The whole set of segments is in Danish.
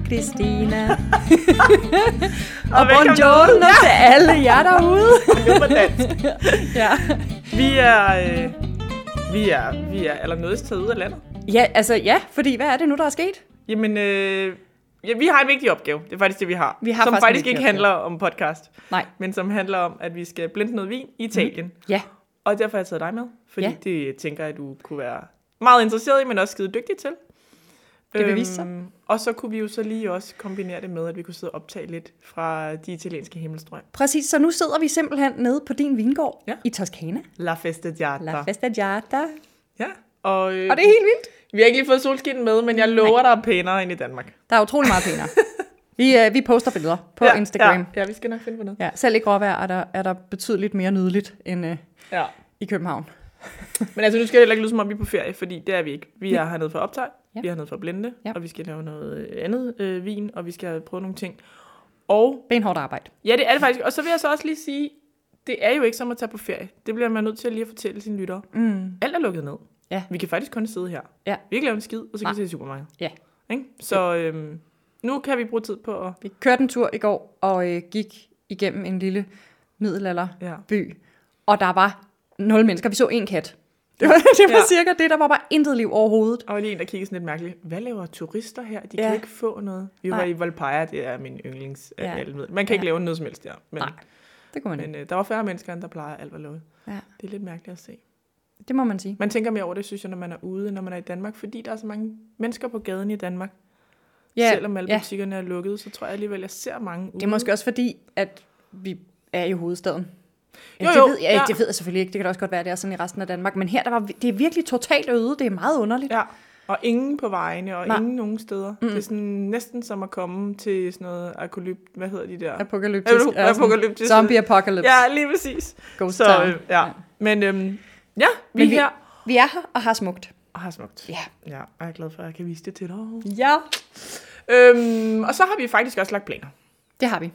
Christina. Og buongiorno til alle jer derude. Det var på dansk. Ja. Vi er allernådigst taget ud af landet. Ja, altså ja, fordi hvad er det nu, der er sket? Jamen, vi har en vigtig opgave. Det er faktisk det, vi har. Som faktisk ikke handler om podcast. Nej. Men som handler om, at vi skal blende noget vin i Italien. Ja. Og derfor har jeg taget dig med. Fordi det tænker jeg, at du kunne være meget interesseret i, men også skide dygtig til. Det vil vise sig. Og så kunne vi jo så lige også kombinere det med, at vi kunne sidde og optage lidt fra de italienske himmelstrøg. Præcis, så nu sidder vi simpelthen nede på din vingård i Toscana. La Festeggiata. La Festeggiata. Ja. Og det er helt vildt. Vi har ikke lige fået solskin med, men jeg lover, der er pænere end i Danmark. Der er utrolig meget pænere. Vi poster billeder på Instagram. Ja, vi skal nok finde på noget. Ja, selv i gråvejr er der betydeligt mere nydeligt end i København. Men altså, nu skal det heller ikke lyde som om vi er på ferie, fordi det er vi ikke. Vi er hernede for optag, vi er hernede for at blende, og vi skal lave noget andet vin, og vi skal prøve nogle ting. Og benhårdt arbejde. Ja, det er det faktisk. Og så vil jeg så også lige sige, det er jo ikke som at tage på ferie. Det bliver man nødt til at lige at fortælle sine lyttere. Alt er lukket ned. Ja. Vi kan faktisk kun sidde her. Ja. Vi kan ikke lave en skid, og så kan vi sidde i supermarkedet. Ja. Så nu kan vi bruge tid på at... Vi kørte en tur i går, og gik igennem en lille middelalderby. Og der var 0 mennesker. Vi så en kat. Det var cirka det. Der var bare intet liv overhovedet. Og lige en, der kiggede sådan lidt mærkeligt. Hvad laver turister her? De kan ikke få noget. Vi var i Volpaia, det er min yndlings Man kan ikke lave noget som helst der. Men, nej, det kunne man ikke. Men der var færre mennesker, end der plejer alt var lovet. Ja. Det er lidt mærkeligt at se. Det må man sige. Man tænker mere over det, synes jeg, når man er ude, når man er i Danmark. Fordi der er så mange mennesker på gaden i Danmark. Ja. Selvom alle butikkerne er lukket, så tror jeg alligevel, jeg ser mange ude. Det er måske også fordi, at vi er i hovedstaden. Det ved jeg selvfølgelig ikke. Det kan da også godt være, det er sådan i resten af Danmark. Men her, det er virkelig totalt øde. Det er meget underligt. Ja, og ingen på vejene, og ingen nogen steder. Det er sådan næsten som at komme til sådan noget hvad hedder de der? Apokalyptisk. Zombie apocalypse. Ja, lige præcis. Ghost town. Men vi er her. Vi er her og har smukt. Ja, jeg er glad for, at jeg kan vise det til dig. Ja. Og så har vi faktisk også lagt planer. Det har vi.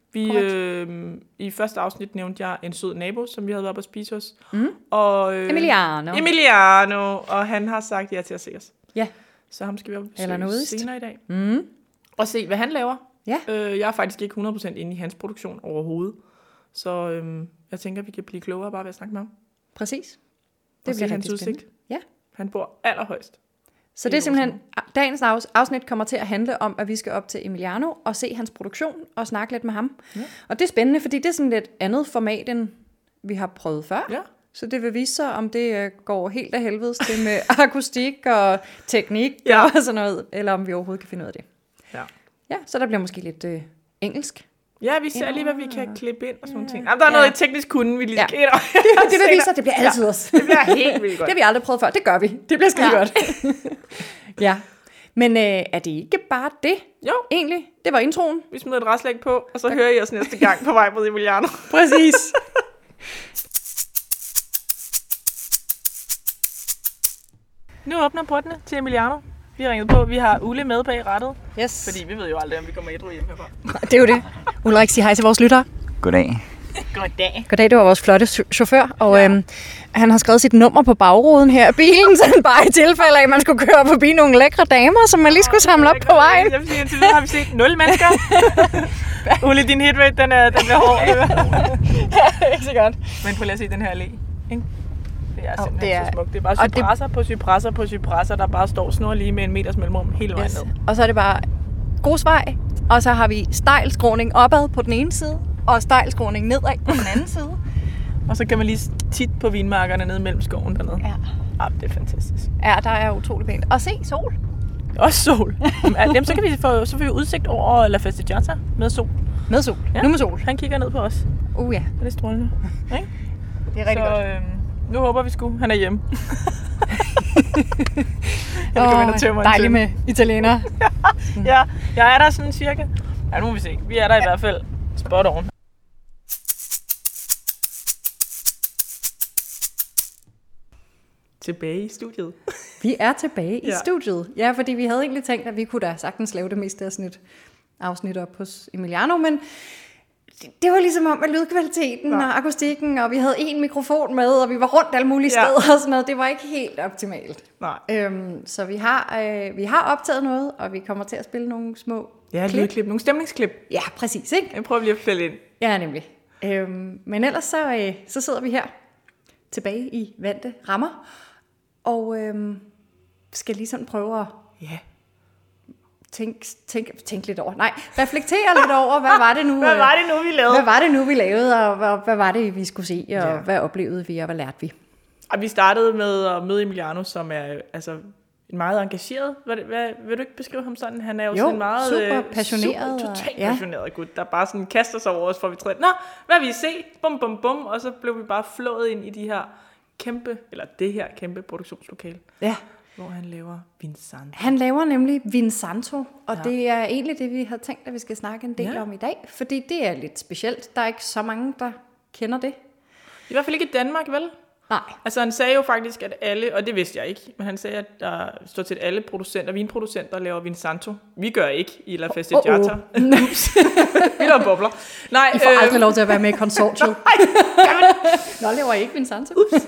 I første afsnit nævnte jeg en sød nabo, som vi havde været på at spise hos. Og, Emiliano, og han har sagt ja til at se os. Ja. Så ham skal vi besøge senere i dag. Og se, hvad han laver. Ja. Jeg er faktisk ikke 100% inde i hans produktion overhovedet. Så jeg tænker, vi kan blive klogere bare ved at snakke med ham. Præcis. Det bliver hans udsigt. Ja. Han bor allerhøjst. Så det er simpelthen, dagens afsnit kommer til at handle om, at vi skal op til Emiliano og se hans produktion og snakke lidt med ham. Ja. Og det er spændende, fordi det er sådan lidt andet format, end vi har prøvet før. Ja. Så det vil vise sig, om det går helt af helvedes til med akustik og teknik og sådan noget, eller om vi overhovedet kan finde ud af det. Ja, så der bliver måske lidt engelsk. Ja, vi ser lige, hvad vi kan klippe ind og sådan nogle ting. Jamen, der er noget teknisk kunde, vi lige skal ind. Det vil vise sig, det bliver altid os. Det bliver helt vildt godt. Det har vi aldrig prøvet før. Det gør vi. Det bliver skide godt. Ja. Men er det ikke bare det? Jo. Egentlig. Det var introen. Vi smider et restlæg på, og så hører I os næste gang på vej mod Emiliano. Præcis. Nu åbner portene til Emiliano. Vi har ringet på. Vi har Ulle med bag rattet. Yes. Fordi vi ved jo aldrig, om vi kommer ædru hjem herfra. Det er jo det. Ulrik, sig hej til vores lyttere. Goddag. Goddag, det var vores flotte chauffør, og han har skrevet sit nummer på bagruden her af bilen, så han bare i tilfælde af, at man skulle køre forbi nogle lækre damer, som man lige skulle samle op på vejen. Jeg vil sige, indtil videre har vi set 0 mennesker. Ulle, din hitrate, den bliver hård. Ja, ikke så godt. Men prøv lige at se den her allé. Det er simpelthen så smukt. Det er bare cypresser på cypresser på cypresser, der bare står snor lige med 1 meters mellemrum hele vejen ned. Og så er det bare grusvej, og så har vi stejl skråning opad på den ene side, og stejl skråning nedad på den anden side. Og så kan man lige tit på vinmarkerne nede mellem skoven dernede. Ja, det er fantastisk. Ja, der er utrolig pænt. Og se, sol. Også sol. Jamen, så kan vi få vi udsigt over La Festeggiata med sol. Med sol. Ja. Nu med sol. Han kigger ned på os. Ja. Og det er strålende. Okay? Det er rigtig godt. Nu håber vi sgu, han er hjemme. Dejligt med italienere. Ja, jeg er der sådan cirka. Ja, nu må vi se. Vi er der i hvert fald spot on. Tilbage i studiet. Vi er tilbage i studiet. Ja, fordi vi havde egentlig tænkt, at vi kunne da sagtens lave det meste af sådan et afsnit op hos Emiliano, men det var ligesom om, at lydkvaliteten og akustikken, og vi havde 1 mikrofon med, og vi var rundt alle mulige steder og sådan noget. Det var ikke helt optimalt. Nej. Så vi har optaget noget, og vi kommer til at spille nogle små lydklip. Nogle stemningsklip. Ja, præcis, ikke? Jeg prøver lige at fælde ind. Ja, nemlig. Men ellers så sidder vi her tilbage i vante rammer, og skal lige sådan prøve at tænke lidt over. Nej, reflektere lidt over, hvad var det nu, hvad var det nu, vi lavede, og hvad var det, vi skulle se, og hvad oplevede vi, og hvad lærte vi? Og vi startede med at møde Emiliano, som er altså en meget engageret. Vil du ikke beskrive ham sådan? Han er jo sådan en meget super passioneret. Totalt passioneret gut, der bare sådan kaster sig over os, for vi tror, hvad vil I se? Bum, bum, bum. Og så blev vi bare flået ind i det her kæmpe produktionslokale. Ja. Hvor han laver Vinsanto. Han laver nemlig Vinsanto, og det er egentlig det, vi havde tænkt, at vi skal snakke en del om i dag. Fordi det er lidt specielt. Der er ikke så mange, der kender det. I hvert fald ikke i Danmark, vel? Nej. Altså han sagde jo faktisk, at alle, og det vidste jeg ikke, men han sagde, at der står til alle vinproducenter laver Vinsanto. Vi gør ikke i La Festeggiata. Ups. Vi laver bobler. Nej, I får aldrig lov til at være med i konsortiet. Nå, laver I ikke Vinsanto? Ups.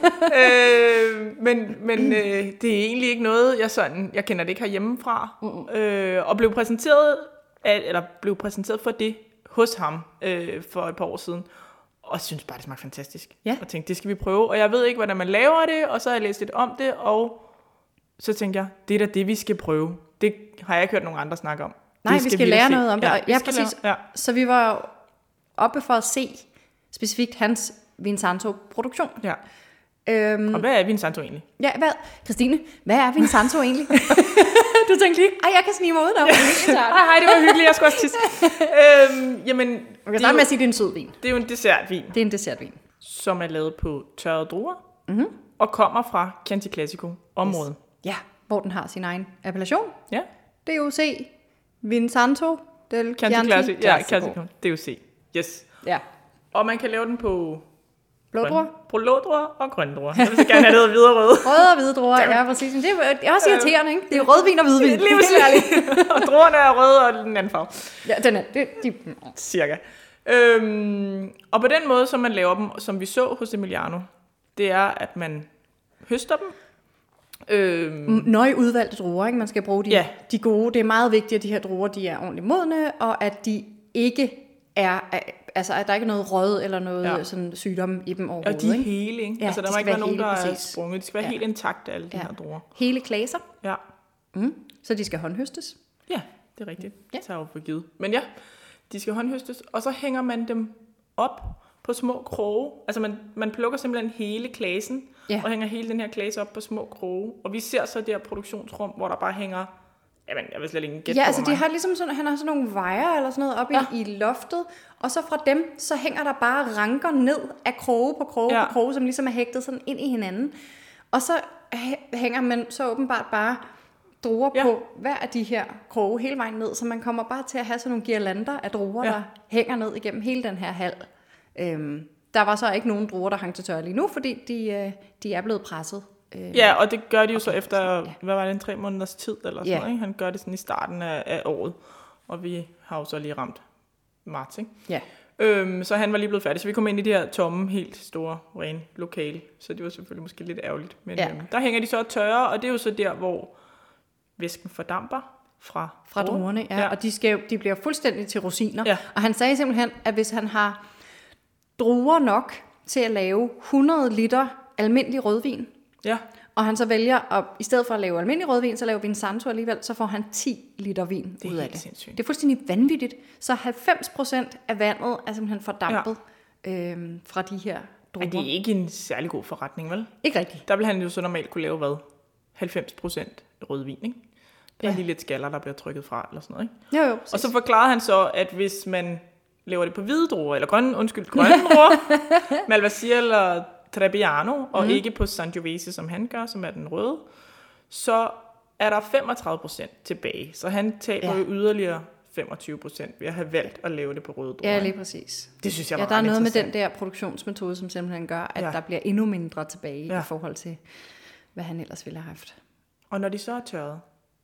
Men det er egentlig ikke noget, jeg kender det ikke herhjemmefra. Og blev præsenteret for det hos ham for et par år siden. Og synes bare, det smagte fantastisk. Ja. Og tænkte, det skal vi prøve. Og jeg ved ikke, hvordan man laver det. Og så har jeg læst lidt om det. Og så tænkte jeg, det er da det, vi skal prøve. Det har jeg ikke hørt nogen andre snakke om. Nej, vi skal lære noget om det. Ja, præcis. Ja. Så vi var oppe for at se specifikt hans Vinsanto-produktion. Ja. Og hvad er Vinsanto egentlig? Ja, Christine, hvad er Vinsanto egentlig? Du tænkte lige, jeg kan snige mig ud der. Hej, det var hyggeligt, jeg skulle også tisse. Jamen, jeg kan starte med at sige, at det er en sød vin. Det er jo en dessertvin. Det er en dessertvin. Som er lavet på tørrede druer, og kommer fra Chianti Classico-området. Ja, hvor den har sin egen appellation. Ja. DOC Vinsanto del Chianti Classico. Ja, Classico. DOC. Yes. Ja. Og man kan lave den på blådruer og grønne druer. Jeg vil så gerne have det hedder hvide og røde. Røde og hvide druer, ja, præcis. Det er også irriterende, ikke? Det er jo rødvin og hvidvin. Lige præcis. Og druerne er røde og den anden farve. Ja, den er. Cirka. Og på den måde, som man laver dem, som vi så hos Emiliano, det er, at man høster dem. Nøje udvalgte druer, ikke? Man skal bruge de gode. Det er meget vigtigt, at de her druer, de er ordentligt modne, og at de ikke er... Altså, at der ikke er noget rød eller noget sådan sygdom i dem overhovedet. Og de er hele, ikke? Ja, altså, der må ikke være nogen, der er sprunget. De skal være helt intakte, alle de her druer. Hele klaser. Ja. Så de skal håndhøstes. Ja, det er rigtigt. Ja. Det tager jo for givet. Men ja, de skal håndhøstes, og så hænger man dem op på små kroge. Altså, man plukker simpelthen hele klasen, og hænger hele den her klase op på små kroge. Og vi ser så det her produktionsrum, hvor der bare hænger... Jamen, jeg vil slet ikke gætte på altså de har ligesom sådan, han har sådan nogle vejer eller sådan noget oppe i loftet, og så fra dem, så hænger der bare ranker ned af kroge på kroge på kroge, som ligesom er hægtet sådan ind i hinanden. Og så hænger man så åbenbart bare druer på hver af de her kroge hele vejen ned, så man kommer bare til at have sådan nogle girlander af druer, der hænger ned igennem hele den her hal. Der var så ikke nogen druer, der hang til tørre lige nu, fordi de er blevet presset. Ja, og det gør de jo så efter, hvad var det, 3 måneders tid eller sådan noget, ikke? Han gør det sådan i starten af året, og vi har jo så lige ramt marts, ikke? Ja. Så han var lige blevet færdig, så vi kom ind i det her tomme, helt store, rene lokale, så det var selvfølgelig måske lidt ærgerligt, men der hænger de så og tørre, og det er jo så der, hvor væsken fordamper fra druerne, og de bliver fuldstændig til rosiner, og han sagde simpelthen, at hvis han har druer nok til at lave 100 liter almindelig rødvin, og han så vælger, at i stedet for at lave almindelig rødvin, så laver Vinsanto alligevel, så får han 10 liter vin ud af det. Sindssygt. Det er fuldstændig vanvittigt. Så 90% af vandet er simpelthen fordampet fra de her druer. Det er ikke en særlig god forretning, vel? Ikke rigtigt. Der vil han jo så normalt kunne lave, hvad? 90% rødvin, ikke? Der er lige lidt skaller, der bliver trykket fra, eller sådan noget, ikke? Jo. Og så forklarede han så, at hvis man laver det på hvide druer, eller grønne druer, Malvasia eller Trebbiano, og ikke på Sangiovese, som han gør, som er den røde, så er der 35% tilbage. Så han taber jo yderligere 25% ved at have valgt at lave det på røde druer. Ja, lige præcis. Det synes jeg var der er noget med den der produktionsmetode, som simpelthen gør, at der bliver endnu mindre tilbage i forhold til, hvad han ellers ville have haft. Og når de så er tørret,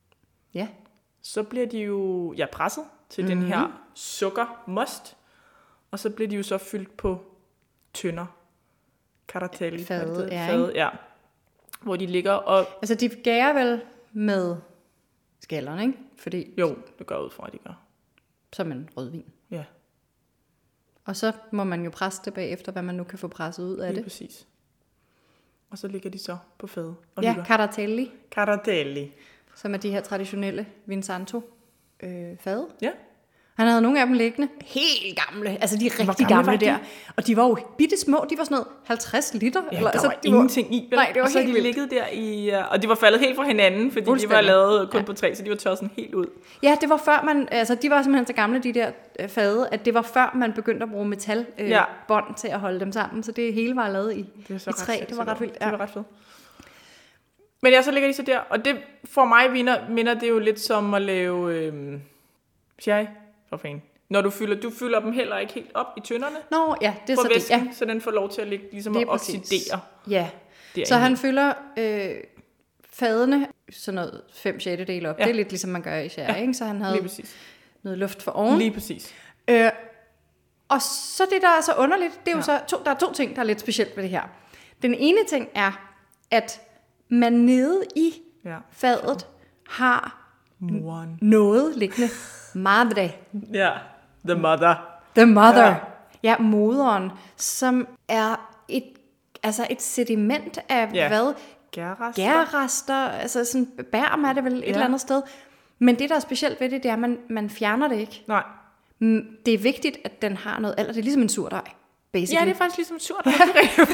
så bliver de jo presset til den her sukkermost, og så bliver de jo så fyldt på tønder. Caratelli, fade, hvor de ligger og... Altså, de gærer vel med skallerne, ikke? Fordi... Jo, det går ud fra, at de gør. som en rødvin. Ja. Og så må man jo presse det bagefter, hvad man nu kan få presset ud af det. Præcis. Og så ligger de så på fad og hygger. Caratelli. Caratelli. Som er de her traditionelle Vinsanto fade. Ja. Han havde nogle af dem liggende. Helt gamle. Altså de rigtig gamle der. Og de var jo bitte små. De var sådan noget 50 liter. Ja, der var ingenting i. Nej, det var og så helt de ligget der i... Og de var faldet helt fra hinanden, fordi de var lavet kun på træ, så de var tørret sådan helt ud. Ja, det var før man... Altså, de var simpelthen så gamle, de der fade, at det var før man begyndte at bruge metalbånd til at holde dem sammen. Så det hele var lavet i træ. Det var ret vildt. Ja. Det var ret fedt. Men ja, så ligger de så der. Og det for mig minder det jo lidt som at lave... Chai. For fanden. Når du fylder dem heller ikke helt op i tynderne. Nå, ja, det er så væsken, det, så den får lov til at ligge, ligesom at oxidere. Ja, så han fylder fadene sådan noget 5/6 op. Ja. Det er lidt ligesom man gør i sherry, ikke? Så han havde noget luft for oven. Lige præcis. Og så det, der er så underligt, det er jo så der er 2 ting, der er lidt specielt ved det her. Den ene ting er, at man nede i fadet har noget liggende. Madre. Ja, the mother. The mother. Ja, moderen, som er et sediment af hvad? Gærrester. Altså sådan bærm er det vel et eller andet sted. Men det, der er specielt ved det, det er, at man fjerner det ikke. Nej. Det er vigtigt, at den har noget alder. Det er ligesom en surdej. Basically. Ja, det er faktisk ligesom en surdej. Det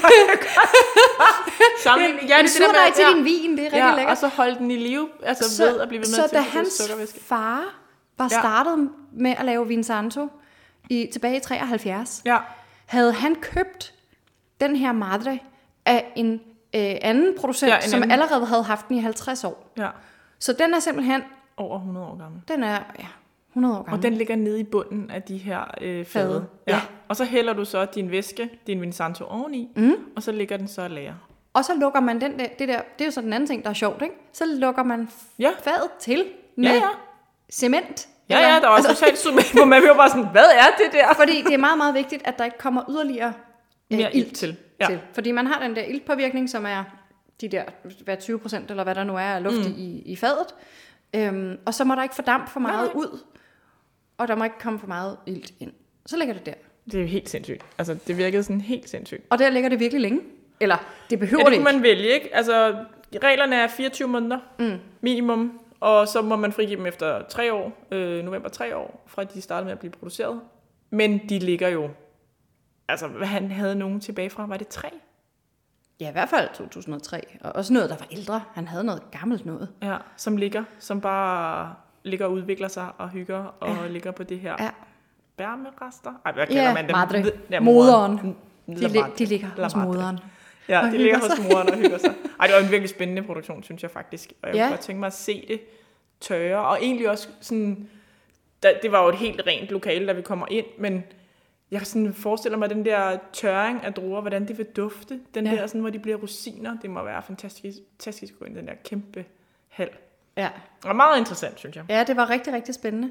er en surdej til din vin, det er rigtig lækkert. Og så holde den i live, altså ved at blive ved med til. Så da hans far var startet med at lave Vinsanto tilbage i 73, havde han købt den her madre af en anden producent, som allerede havde haft den i 50 år. Ja. Så den er simpelthen... Over 100 år gammel. Den er, 100 år gammel. Og den ligger nede i bunden af de her fade. Ja. Og så hælder du så din væske, din Vinsanto oveni, og så ligger den så og lager. Og så lukker man det er jo så den anden ting, der er sjovt, ikke? Så lukker man fadet til med cement. Ja, der var socialt cement, hvor man var bare sådan, hvad er det der? Fordi det er meget, meget vigtigt, at der ikke kommer yderligere ilt til. Fordi man har den der iltpåvirkning, som er de der 20%, eller hvad der nu er af luft i fadet. Og så må der ikke fordampe for meget ud, og der må ikke komme for meget ilt ind. Så ligger det der. Det er jo helt sindssygt. Altså, det virkede sådan helt sindssygt. Og der ligger det virkelig længe. Eller, det behøver det ikke. Det kunne man vælge, ikke? Altså, reglerne er 24 måneder minimum, og så må man frigive dem efter 3 år, november 3 år, fra de startede med at blive produceret. Men de ligger jo, altså, hvad han havde nogen tilbage fra, var det 3? Ja, i hvert fald 2003. Og også noget, der var ældre. Han havde noget gammelt noget. Ja, som bare ligger og udvikler sig og hygger, og ligger på det her bærmerester. Ej, hvad kalder man dem? Madre. Moderen. De ligger hos moderen. Ja, de ligger hos moderen og hygger sig. Ej, det var en virkelig spændende produktion, synes jeg faktisk. Og jeg kunne godt tænke mig at se det tørre. Og egentlig også sådan, det var jo et helt rent lokale, da vi kommer ind, men jeg sådan forestiller mig den der tørring af druer, hvordan det vil dufte. Den der, sådan, hvor de bliver rosiner. Det må være fantastisk at gå ind i den der kæmpe hal. Ja. Og meget interessant, synes jeg. Ja, det var rigtig, rigtig spændende.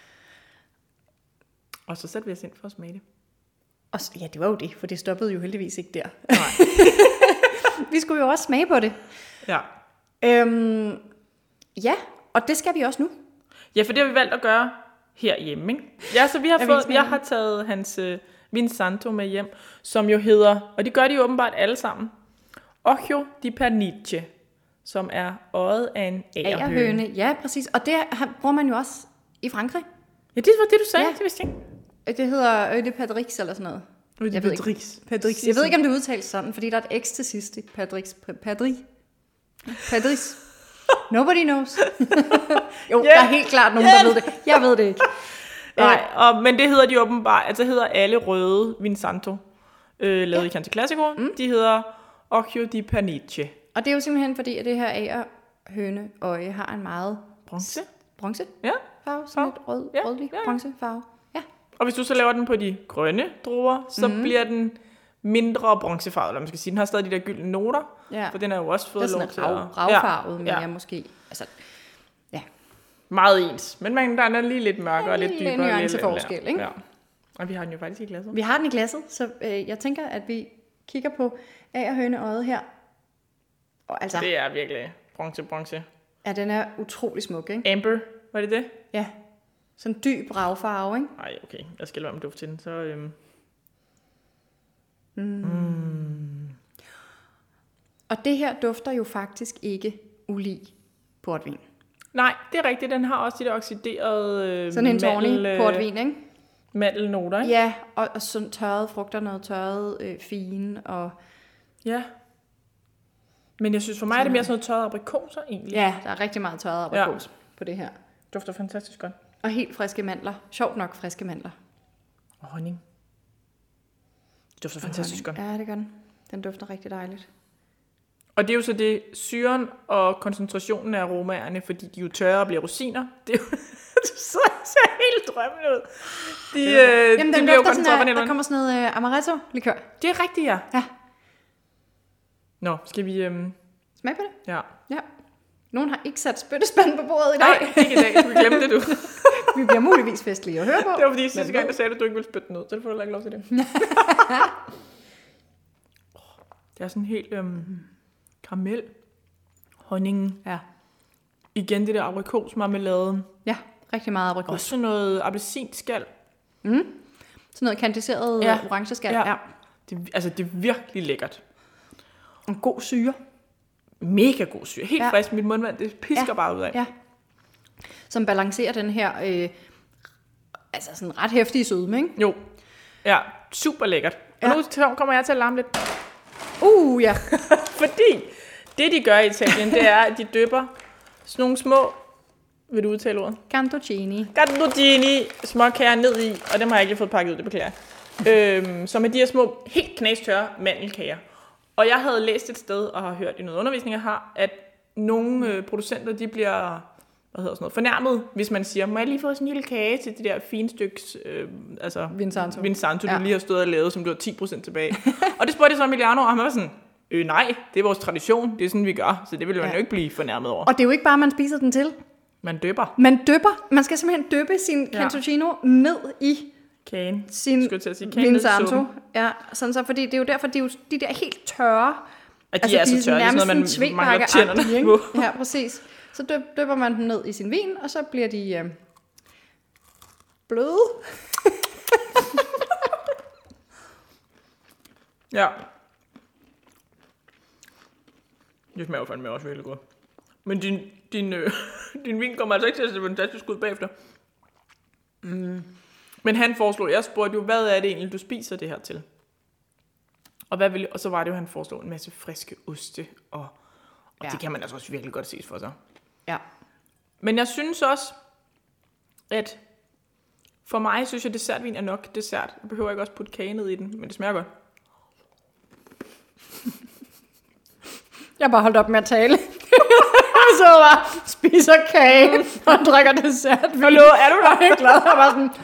Og så satte vi os ind for at smage det. Og ja, det var jo det, for det stoppede jo heldigvis ikke der. Nej. Vi skulle jo også smage på det. Ja. Ja, og det skal vi også nu. Ja, for det har vi valgt at gøre herhjemme, ikke? Ja, så jeg har taget hans Vinsanto med hjem, som jo hedder, og det gør de jo åbenbart alle sammen, Occhio di Pernice, som er øjet af en agerhøne. Ja, præcis. Og det bruger man jo også i Frankrig. Ja, det var det, du sagde. Ja. Det vidste jeg ikke. Det hedder Øde Padrix eller sådan noget. Jeg ved ikke, om det udtales sådan, fordi der er et X til sidst i Padrix. Nobody knows. Jo, der er helt klart nogen, der ved det. Jeg ved det ikke. Nej, men det hedder de åbenbart, altså hedder alle røde Vinsanto, lavet i Chianti Classico, de hedder Occhio di Pernice. Og det er jo simpelthen fordi, at det her agerhøneøje har en meget bronze farve, sådan et rødlig bronzefarve. Ja. Og hvis du så laver den på de grønne druer, så bliver den mindre bronzefarvet, eller man skal sige, den har stadig de der gyldne noter, for den er jo også fået lov til at... ravfarvet, men jeg måske... Altså, meget ens, men der er lige lidt mørkere og lidt dybere. En nuance forskel, ikke? Ja. Og vi har den jo faktisk i glasset. Vi har den i glasset, så jeg tænker, at vi kigger på agerhøneøjet her. Og altså, det er virkelig bronze. Ja, den er utrolig smuk, ikke? Amber, var det? Ja. Sådan en dyb ragfarve, ikke? Nej, okay. Jeg skal lade være med duft til den. Så, Og det her dufter jo faktisk ikke ulig portvin. Nej, det er rigtigt. Den har også de der oxiderede sådan en tawny portvin, ikke? Mandelnoter, ikke? Ja, og sådan tørrede frugter, noget tørret fine og... Ja. Men jeg synes for mig er det mere sådan noget tørret aprikoser egentlig. Ja, der er rigtig meget tørret aprikos på det her. Dufter fantastisk godt. Og helt friske mandler. Sjovt nok friske mandler. Og honning. Det dufter fantastisk godt. Ja, det gør den. Den dufter rigtig dejligt. Og det er jo så det, syren og koncentrationen af aromaerne, fordi de er jo tørre og bliver rosiner. Det er jo, så ser helt drømmende ud. Jamen, den dufter sådan, der kommer sådan noget amaretto-likør. Det er rigtigt, ja. Ja. Nå, skal vi... Smag på det? Ja. Nogen har ikke sat spyttespanden på bordet i dag. Nej, ikke i dag. Du kan glemme det, du. Vi bliver muligvis festlige at høre på. Det var fordi sidste gang, der sagde, at du ikke ville spytte den ud. Så får du ikke lov til det. Det er sådan helt karamel. Honningen. Ja. Igen det der aprikosmarmelade. Ja, rigtig meget aprikos. Også noget appelsinskal. Sådan noget kandiseret orange skal. Ja. Det er virkelig lækkert. En god syre. Mega god syre. Helt frisk. Mit mundvand, det pisker bare ud af. Ja. Som balancerer den her, altså sådan ret heftige sødme, ikke? Jo. Ja, super lækkert. Og nu kommer jeg til at larme lidt. Ja. Fordi det, de gør i Italien, det er, at de dypper sådan nogle små, vil du udtale ordet? Cantuccini småkager ned i, og dem har jeg ikke fået pakket ud, det beklager. Som er de her små, helt knastørre mandelkager. Og jeg havde læst et sted, og har hørt i noget undervisning, jeg har, at nogle producenter, de bliver fornærmet, hvis man siger, må jeg lige få sådan en lille kage til det der fine styks, Vinsanto, du lige har stået og lavet, som du har 10% tilbage. Og det spurgte jeg så Emiliano, og han var sådan, nej, det er vores tradition, det er sådan, vi gør, så det vil man jo ikke blive fornærmet over. Og det er jo ikke bare, man spiser den til. Man dypper. Man skal simpelthen dyppe sin cantuccino ned i kagen. Sin Vinsanto. Ja, sådan så, fordi det er jo derfor, det er jo de der helt tørre. At de er så tørre, det er sådan noget, man mangler tænderne på. Ja, præcis. Så dypper man den ned i sin vin, og så bliver de bløde. Ja. Det smager jo fandme også virkelig godt. Men din vin kommer altså ikke til at se fantastisk ud bagefter. Men han foreslog, jeg spurgte jo, hvad er det egentlig, du spiser det her til? Og så var det jo, han foreslog en masse friske oste, og det kan man altså også virkelig godt ses for sig. Ja. Men jeg synes også, at for mig synes jeg, dessertvin er nok dessert. Jeg behøver ikke også putte kage ned i den, men det smager godt. Jeg har bare holdt op med at tale. Så bare spiser kage og drikker dessertvin. Hallo, er du der? Jeg er glad. Jeg var sådan,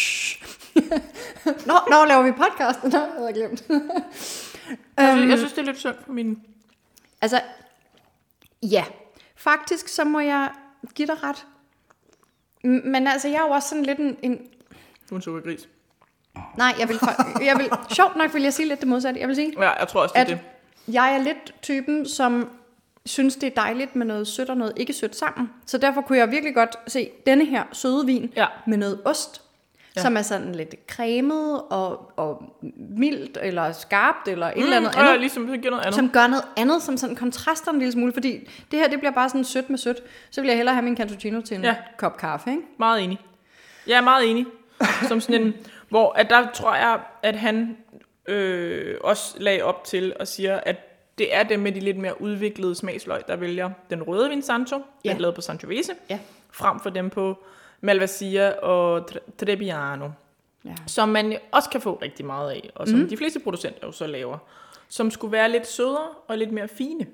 Nå, laver vi podcast? Nå, jeg havde glemt. Jeg synes, det er lidt synd for min... Altså, ja. Faktisk, så må jeg give dig ret. Men altså, jeg er jo også sådan lidt en... Du er en sukkergris. Nej, jeg vil sjovt nok vil jeg sige lidt det modsatte. Jeg vil sige, ja, jeg tror også, det er det. Jeg er lidt typen, som synes, det er dejligt med noget sødt og noget ikke sødt sammen. Så derfor kunne jeg virkelig godt se denne her søde vin med noget ost, som er sådan lidt cremet og mildt eller skarpt eller et eller andet andet. Ligesom det giver noget andet. Som gør noget andet, som sådan kontraster en lille smule, fordi det her, det bliver bare sådan sødt med sødt. Så vil jeg hellere have min cantuccino til en kop kaffe, ikke? Meget enig. Jeg er meget enig. Som sådan en, hvor at der tror jeg, at han også lagde op til og siger, at det er dem med de lidt mere udviklede smagsløg, der vælger den røde Vinsanto, den lavet på Sangiovese, frem for dem på Malvasia og Trebbiano, som man også kan få rigtig meget af, og som de fleste producenter jo så laver, som skulle være lidt sødere og lidt mere fine.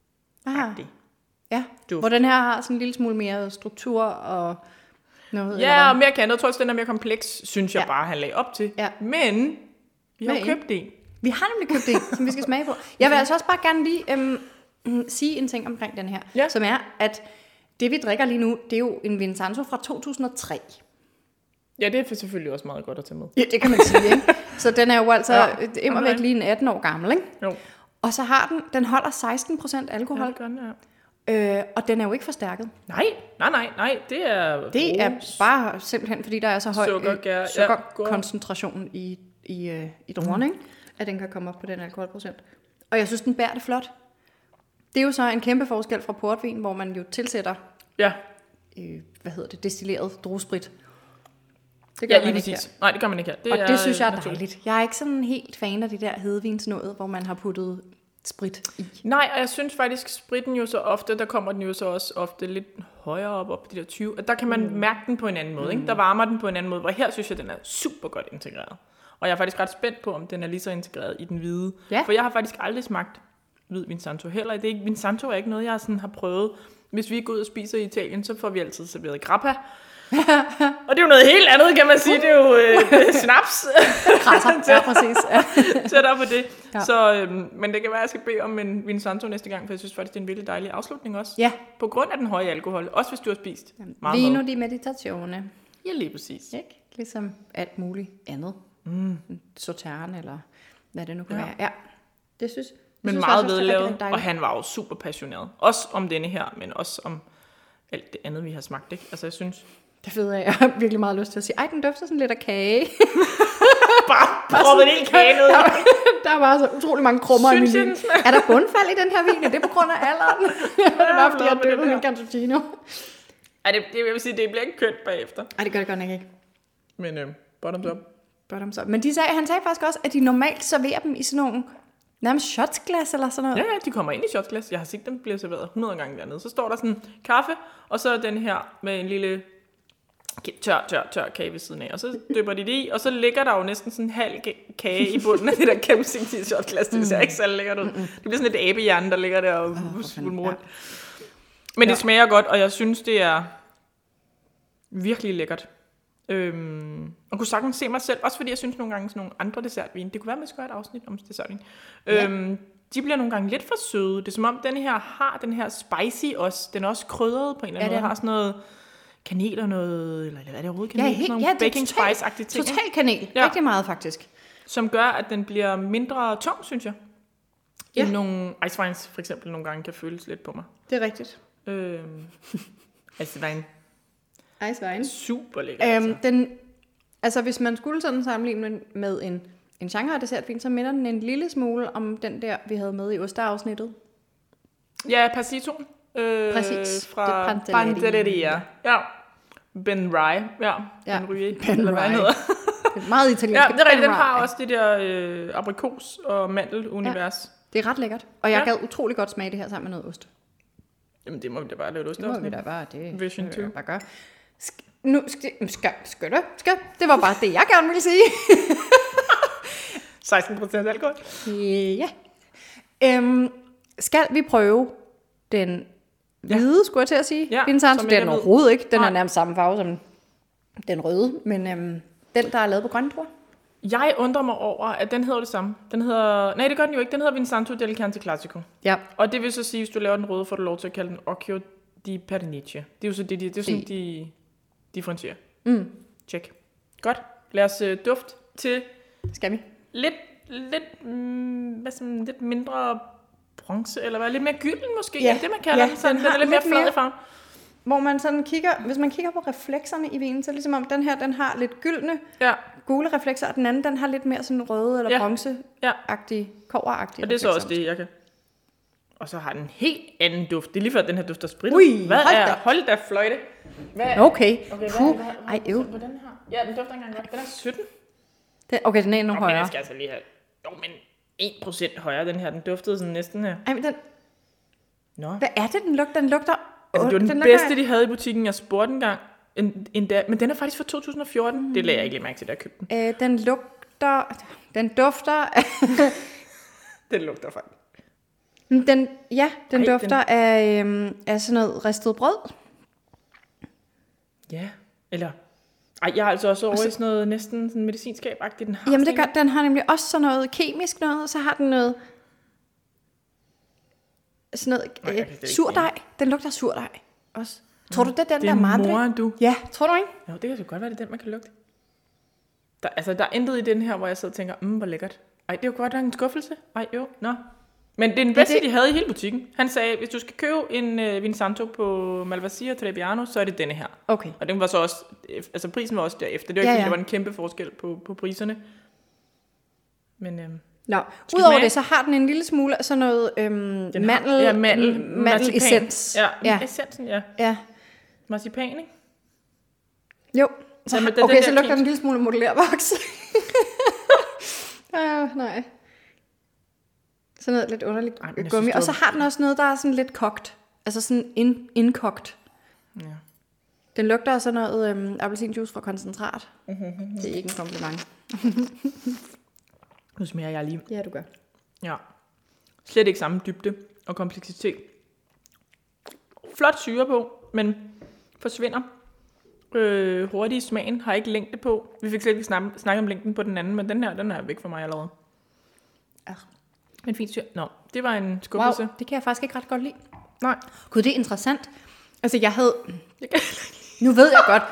Ja, hvor den her har sådan en lille smule mere struktur og noget. Ja, og mere kendt. Jeg tror også, den er mere kompleks, synes jeg bare, han lagde op til. Ja. Men vi har købt en. Vi har nemlig købt en, som vi skal smage på. Jeg vil altså også bare gerne lige sige en ting omkring den her, som er, at det vi drikker lige nu, det er jo en Vinsanto fra 2003. Ja, det er selvfølgelig også meget godt at tage med. Ja, det kan man sige, ikke? Så den er jo altså immervæk lige en 18 år gammel, ikke? Jo. Og så har den holder 16% alkohol. Ja, det gør den, Og den er jo ikke forstærket. Nej. Det er bare simpelthen, fordi der er så høj sukkerkoncentration i druerne, ikke? At den kan komme op på den alkoholprocent. Og jeg synes, den bærer det flot. Det er jo så en kæmpe forskel fra portvin, hvor man jo tilsætter destilleret druesprit. Det gør man ikke her. Nej, det gør man ikke her. Det synes jeg er dejligt. Jeg er ikke sådan helt fan af det der hedevinsnåde, hvor man har puttet sprit i. Nej, og jeg synes faktisk, spritten jo så ofte, der kommer den jo så også ofte lidt højere op på de der 20. At der kan man mærke den på en anden måde. Ikke? Der varmer den på en anden måde, hvor her synes jeg, den er super godt integreret. Og jeg er faktisk ret spændt på, om den er lige så integreret i den hvide. Ja. For jeg har faktisk aldrig smagt hvid Vinsanto heller. Det er ikke, Vinsanto er ikke noget, jeg sådan har prøvet. Hvis vi går ud og spiser i Italien, så får vi altid serveret grappa. Og det er jo noget helt andet, kan man sige. Det er jo snaps. Krasser, ja, præcis. Tættere på det. Ja. Så, men det kan være, at jeg skal bede om en Vinsanto næste gang, for jeg synes faktisk, det er en virkelig dejlig afslutning også. Ja. På grund af den høje alkohol. Også hvis du har spist meget Vino di meditazione. Ja, lige præcis. Ikke? Ligesom alt muligt andet. Sautern eller hvad det nu kan være. Ja, det synes men meget vedlavet, og han var jo super passioneret. Også om denne her, men også om alt det andet, vi har smagt. Ikke? Altså, jeg synes... Det ved jeg har virkelig meget lyst til at sige. Ej, den dufter sådan lidt af kage. Bare proppet en hel kage ned. Der er bare så utrolig mange krummer i min vin. Er der bundfald i den her vin? Er det på grund af alderen? Det er bare fordi, jeg har døbet min Cantuccino. Ej, det vil sige, det bliver ikke kønt bagefter. Ej, det gør det godt nok ikke. Men bottoms up. Bottoms up. Men han sagde faktisk også, at de normalt serverer dem i sådan nogle nærmest shotsglas eller sådan noget. Ja, de kommer ind i shotsglas. Jeg har set dem blive serveret 100 gange dernede. Så står der sådan kaffe, og så den her med en lille tør kage ved siden af. Og så dypper de det i, og så ligger der jo næsten sådan en halv kage i bunden af det der gennemsigtige shotglas. Det ser ikke særlig lækkert ud. Det bliver sådan et abehjerne, der ligger der og svulmer rundt. Men det smager godt, og jeg synes, det er virkelig lækkert. Og kunne sagtens se mig selv, også fordi jeg synes nogle gange sådan nogle andre dessertvin, det kunne være, at man skulle have et afsnit om dessertvin, de bliver nogle gange lidt for søde. Det er som om, den her har den her spicy også, den er også krydret på en eller anden måde, har sådan noget kanel og noget, eller hvad er det overhovedet kanel? Sådan nogle baking spice-agtige ting. Total kanel, rigtig meget faktisk. Som gør, at den bliver mindre tung, synes jeg. End nogle ice wines for eksempel nogle gange kan føles lidt på mig. Det er rigtigt. Ice wine. Super lækkert. Altså hvis man skulle sådan sammenligne med en Shanghai dessertvin, så minder den en lille smule om den der, vi havde med i osterafsnittet. Ja, Passito. Præcis. Fra Pantelleria. Ja. Ben Rye. Ja. Ben Rye. Eller hvad han hedder. Det er meget italiensk. Ja, det er rigtigt. Den har også det der aprikos- og mandelunivers. Ja, det er ret lækkert. Og jeg gad utrolig godt smage det her sammen med noget ost. Jamen det må vi da bare lave et ost. Det må vi da bare. Det Vision 2. Bare gøre. Nu skal. Det var bare det, jeg gerne ville sige. 16% alkohol. Ja. Skal vi prøve den hvide, skulle jeg til at sige? Ja, Vinsanto, det er den overhovedet ikke. Den er nærmest samme farve som den røde. Men den, der er lavet på grønne druer. Jeg undrer mig over, at den hedder det samme. Den hedder... Nej, det gør den jo ikke. Den hedder Vinsanto del Chianti Classico. Ja. Og det vil så sige, hvis du laver den røde, får du lov til at kalde den Occhio di Pernice. Det er jo så det er sådan, de differentierer. Check. Godt. Lad os dufte til... Skal vi? Lidt mindre bronze, eller hvad? Lidt mere gylden måske, end det man kalder den. Sådan, den er lidt mere flad i farven. Hvor man sådan kigger, hvis man kigger på reflekserne i vinen, så ligesom om den her, den har lidt gyldne, gule reflekser, og den anden, den har lidt mere sådan røde eller bronzeagtige, kobberagtige. Og det er så også det, jeg kan. Og så har den en helt anden duft. Det er lige før, den her dufter sprit. Hold da fløjte. Okay. Hvad på den her? Ja, den dufter engang godt. Den er 17. Okay, den er endnu højere. Jeg skal altså lige have... Jo, men 1% højere, den her. Den duftede sådan næsten her. Ej, men den... Hvad er det, den lugter? Den lugter... Altså, det var den bedste, de havde i butikken. Jeg spurgte en gang. Men den er faktisk fra 2014. Det lagde jeg ikke lige mærke til, da jeg købte den. Den lugter... Den dufter... Den lugter faktisk. Den dufter af sådan noget ristet brød. Ja, eller... Ej, jeg har altså også over i sådan noget næsten sådan medicinskab-agtigt. Den har nemlig også sådan noget kemisk noget, og så har den noget... Sådan noget surdej. Den lugter surdej også. Tror du, det er den der madre? Det er du. Ja, tror du ikke? Jo, det kan så godt være, det er den, man kan lugte. Der er intet i den her, hvor jeg sidder og tænker, hvor lækkert. Ej, det er jo godt, der er en skuffelse. Ej, jo, nå. Men det er den bedste, de havde i hele butikken. Han sagde, hvis du skal købe en Vinsanto på Malvasia og Trebbiano, så er det denne her. Okay. Og den var så også, altså prisen var også derefter. Det var ikke, der var en kæmpe forskel på priserne. Men udover det, så har den en lille smule sådan noget mandel-essens. Ja, essensen, ja. Marcipan, ikke? Jo. Så lugter den en lille smule modellervoks. Nej. Sådan noget lidt underligt gummi. Og så har den også noget, der er sådan lidt kogt. Altså sådan indkogt. Ja. Den lugter af sådan noget appelsinjuice fra koncentrat. Det er ikke en kompliment. Nu smager jeg lige. Ja, du gør. Ja. Slet ikke samme dybde og kompleksitet. Flot syre på, men forsvinder hurtigt i smagen. Har ikke længde på. Vi fik slet ikke snakket om længden på den anden, men den er væk for mig allerede. Ja. Men fint syre. Det var en skuffelse. Wow, det kan jeg faktisk ikke ret godt lide. Nej. Gud, det er interessant. Altså, jeg havde... Nu ved jeg godt.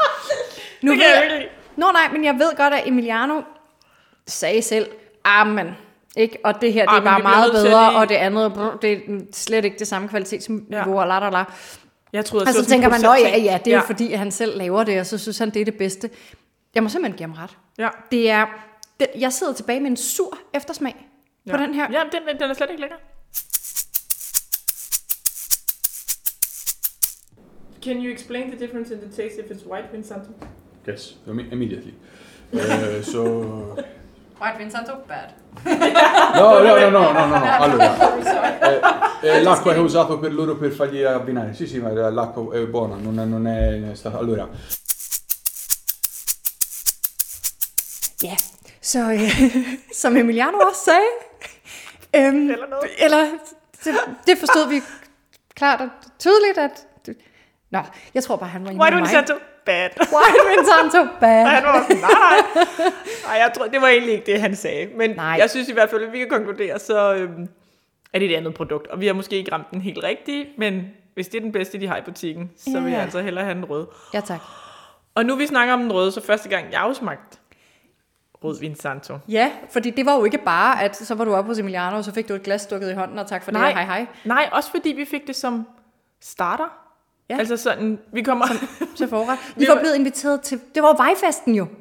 Men jeg ved godt, at Emiliano sagde selv, men ikke, og det her, det var meget bedre, og det andet, det er slet ikke det samme kvalitetsniveau, og la. Jeg troede, og så tænker man, det er jo fordi, at han selv laver det, og så synes han, det er det bedste. Jeg må simpelthen give ham ret. Ja. Jeg sidder tilbage med en sur eftersmag på den her. Ja, den er slet ikke lækker. Can you explain the difference in the taste if it's white Vinsanto? Yes, immediately. So... White Vinsanto, bad. No. Allora, l'acqua è usato per loro per fargli abbinare. Sì, ma l'acqua è buona, non è stata... Allora... Ja, så som Emiliano også sagde, eller det forstod vi klart og tydeligt, at... jeg tror bare, han var White Vinsanto, bad. White Vinsanto, bad. Han var nej, jeg tror, det var egentlig ikke det, han sagde. Men jeg synes i hvert fald, at vi kan konkludere, så er det et andet produkt. Og vi har måske ikke ramt den helt rigtigt, men hvis det er den bedste, de har i butikken, så vil jeg altså hellere have den røde. Ja, tak. Og nu vi snakker om den røde, så første gang jeg afsmagte rød Vinsanto. Ja, fordi det var jo ikke bare, at så var du oppe hos Emiliano, og så fik du et glas stukket i hånden, og tak for det, hej. Nej, også fordi vi fik det som starter. Ja. Altså sådan, vi kommer til forret. Vi var blevet inviteret til, det var vejfesten jo.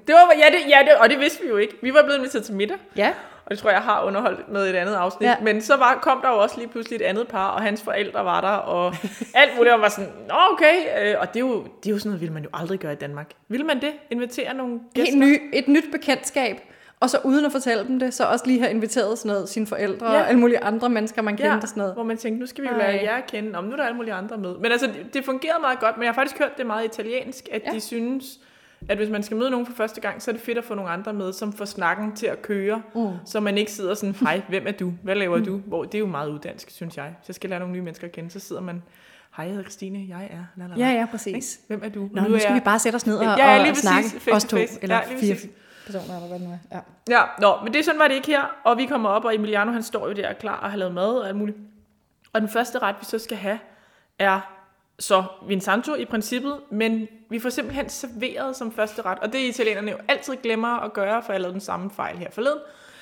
Og det vidste vi jo ikke. Vi var blevet inviteret til middag. Ja. Og det tror jeg har underholdt med et andet afsnit. Ja. Men så kom der jo også lige pludselig et andet par, og hans forældre var der, og alt muligt, og var sådan, okay. Og det er jo sådan noget, vil man jo aldrig gøre i Danmark. Vil man det? Invitere nogle gæster? Et nyt bekendtskab. Og så uden at fortælle dem det, så også lige have inviteret sådan noget, sine forældre og alle mulige andre mennesker, man kender sådan noget. Hvor man tænkte, nu skal vi jo lære jer at kende, nu er der alle mulige andre med. Men altså, det fungerede meget godt, men jeg har faktisk hørt det meget italiensk, at de synes, at hvis man skal møde nogen for første gang, så er det fedt at få nogle andre med, som får snakken til at køre, så man ikke sidder sådan, hej, hvem er du? Hvad laver du? Hvor det er jo meget uddansk, synes jeg. Hvis jeg skal lære nogle nye mennesker at kende, så sidder man, hej, jeg hedder Christine, jeg er... Lalala. Ja, præcis. Hvem er du? Nu skal vi bare sætte os ned og snakke, os to, eller 4 personer, eller hvad det nu er. Ja, men det sådan var det ikke her, og vi kommer op, og Emiliano, han står jo der klar og har lavet mad og alt muligt. Og den første ret, vi så skal have, er så Vinsanto i princippet, men vi får simpelthen serveret som første ret, og det italienerne jo altid glemmer at gøre, for jeg lavede den samme fejl her forleden.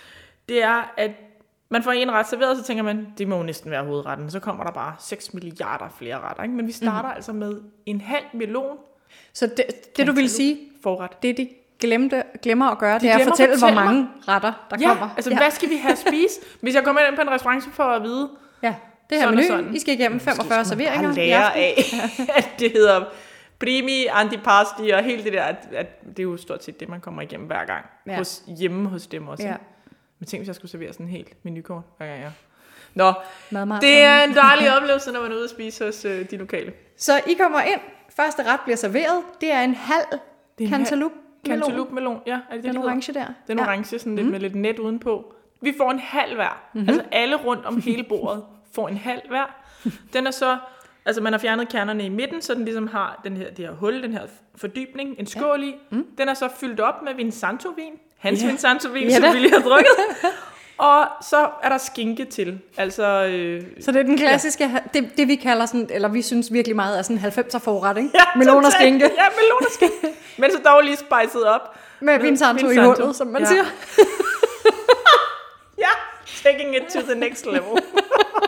Det er, at man får en ret serveret, så tænker man, det må jo næsten være hovedretten, så kommer der bare 6 milliarder flere retter, ikke? Men vi starter altså med en halv melon. Så det du vil sige, forret. Det er de glemmer at gøre, det er at fortælle, hvor mange retter der kommer. Altså hvad skal vi have at spise? Hvis jeg kommer ind på en restaurant, så får jeg at vide, det her menu, I skal igennem 45 serveringer. Jeg lære af, at det hedder primi, antipasti og helt det der, at det er jo stort set det, man kommer igennem hver gang. Hjemme hos dem også. Ja. Men tænk, hvis jeg skulle servere sådan en helt menukort hver gang. Nå, det er en dejlig oplevelse, når man er ude at spise hos de lokale. Så I kommer ind, første ret bliver serveret, det er en halv cantaloupe. Cantaloupe melon, ja. Er det den orange der? Den orange, sådan lidt med lidt net udenpå. Vi får en halv hver. Altså alle rundt om hele bordet får en halv hver. Den er så, altså man har fjernet kernerne i midten, så den ligesom har det her hul, den her fordybning, en skål i. Den er så fyldt op med Vinsanto-vin. Hans Vinsanto-vin, som vi lige har drukket. Og så er der skinke til. Altså, så det er den klassiske, det vi kalder sådan, eller vi synes virkelig meget er sådan 90'er forret, ikke? Ja, melon og skinke. Ja, melon og skinke. Men så dog lige spicet op. Med Vinsanto i hullet, som man siger. Ja, taking it to the next level.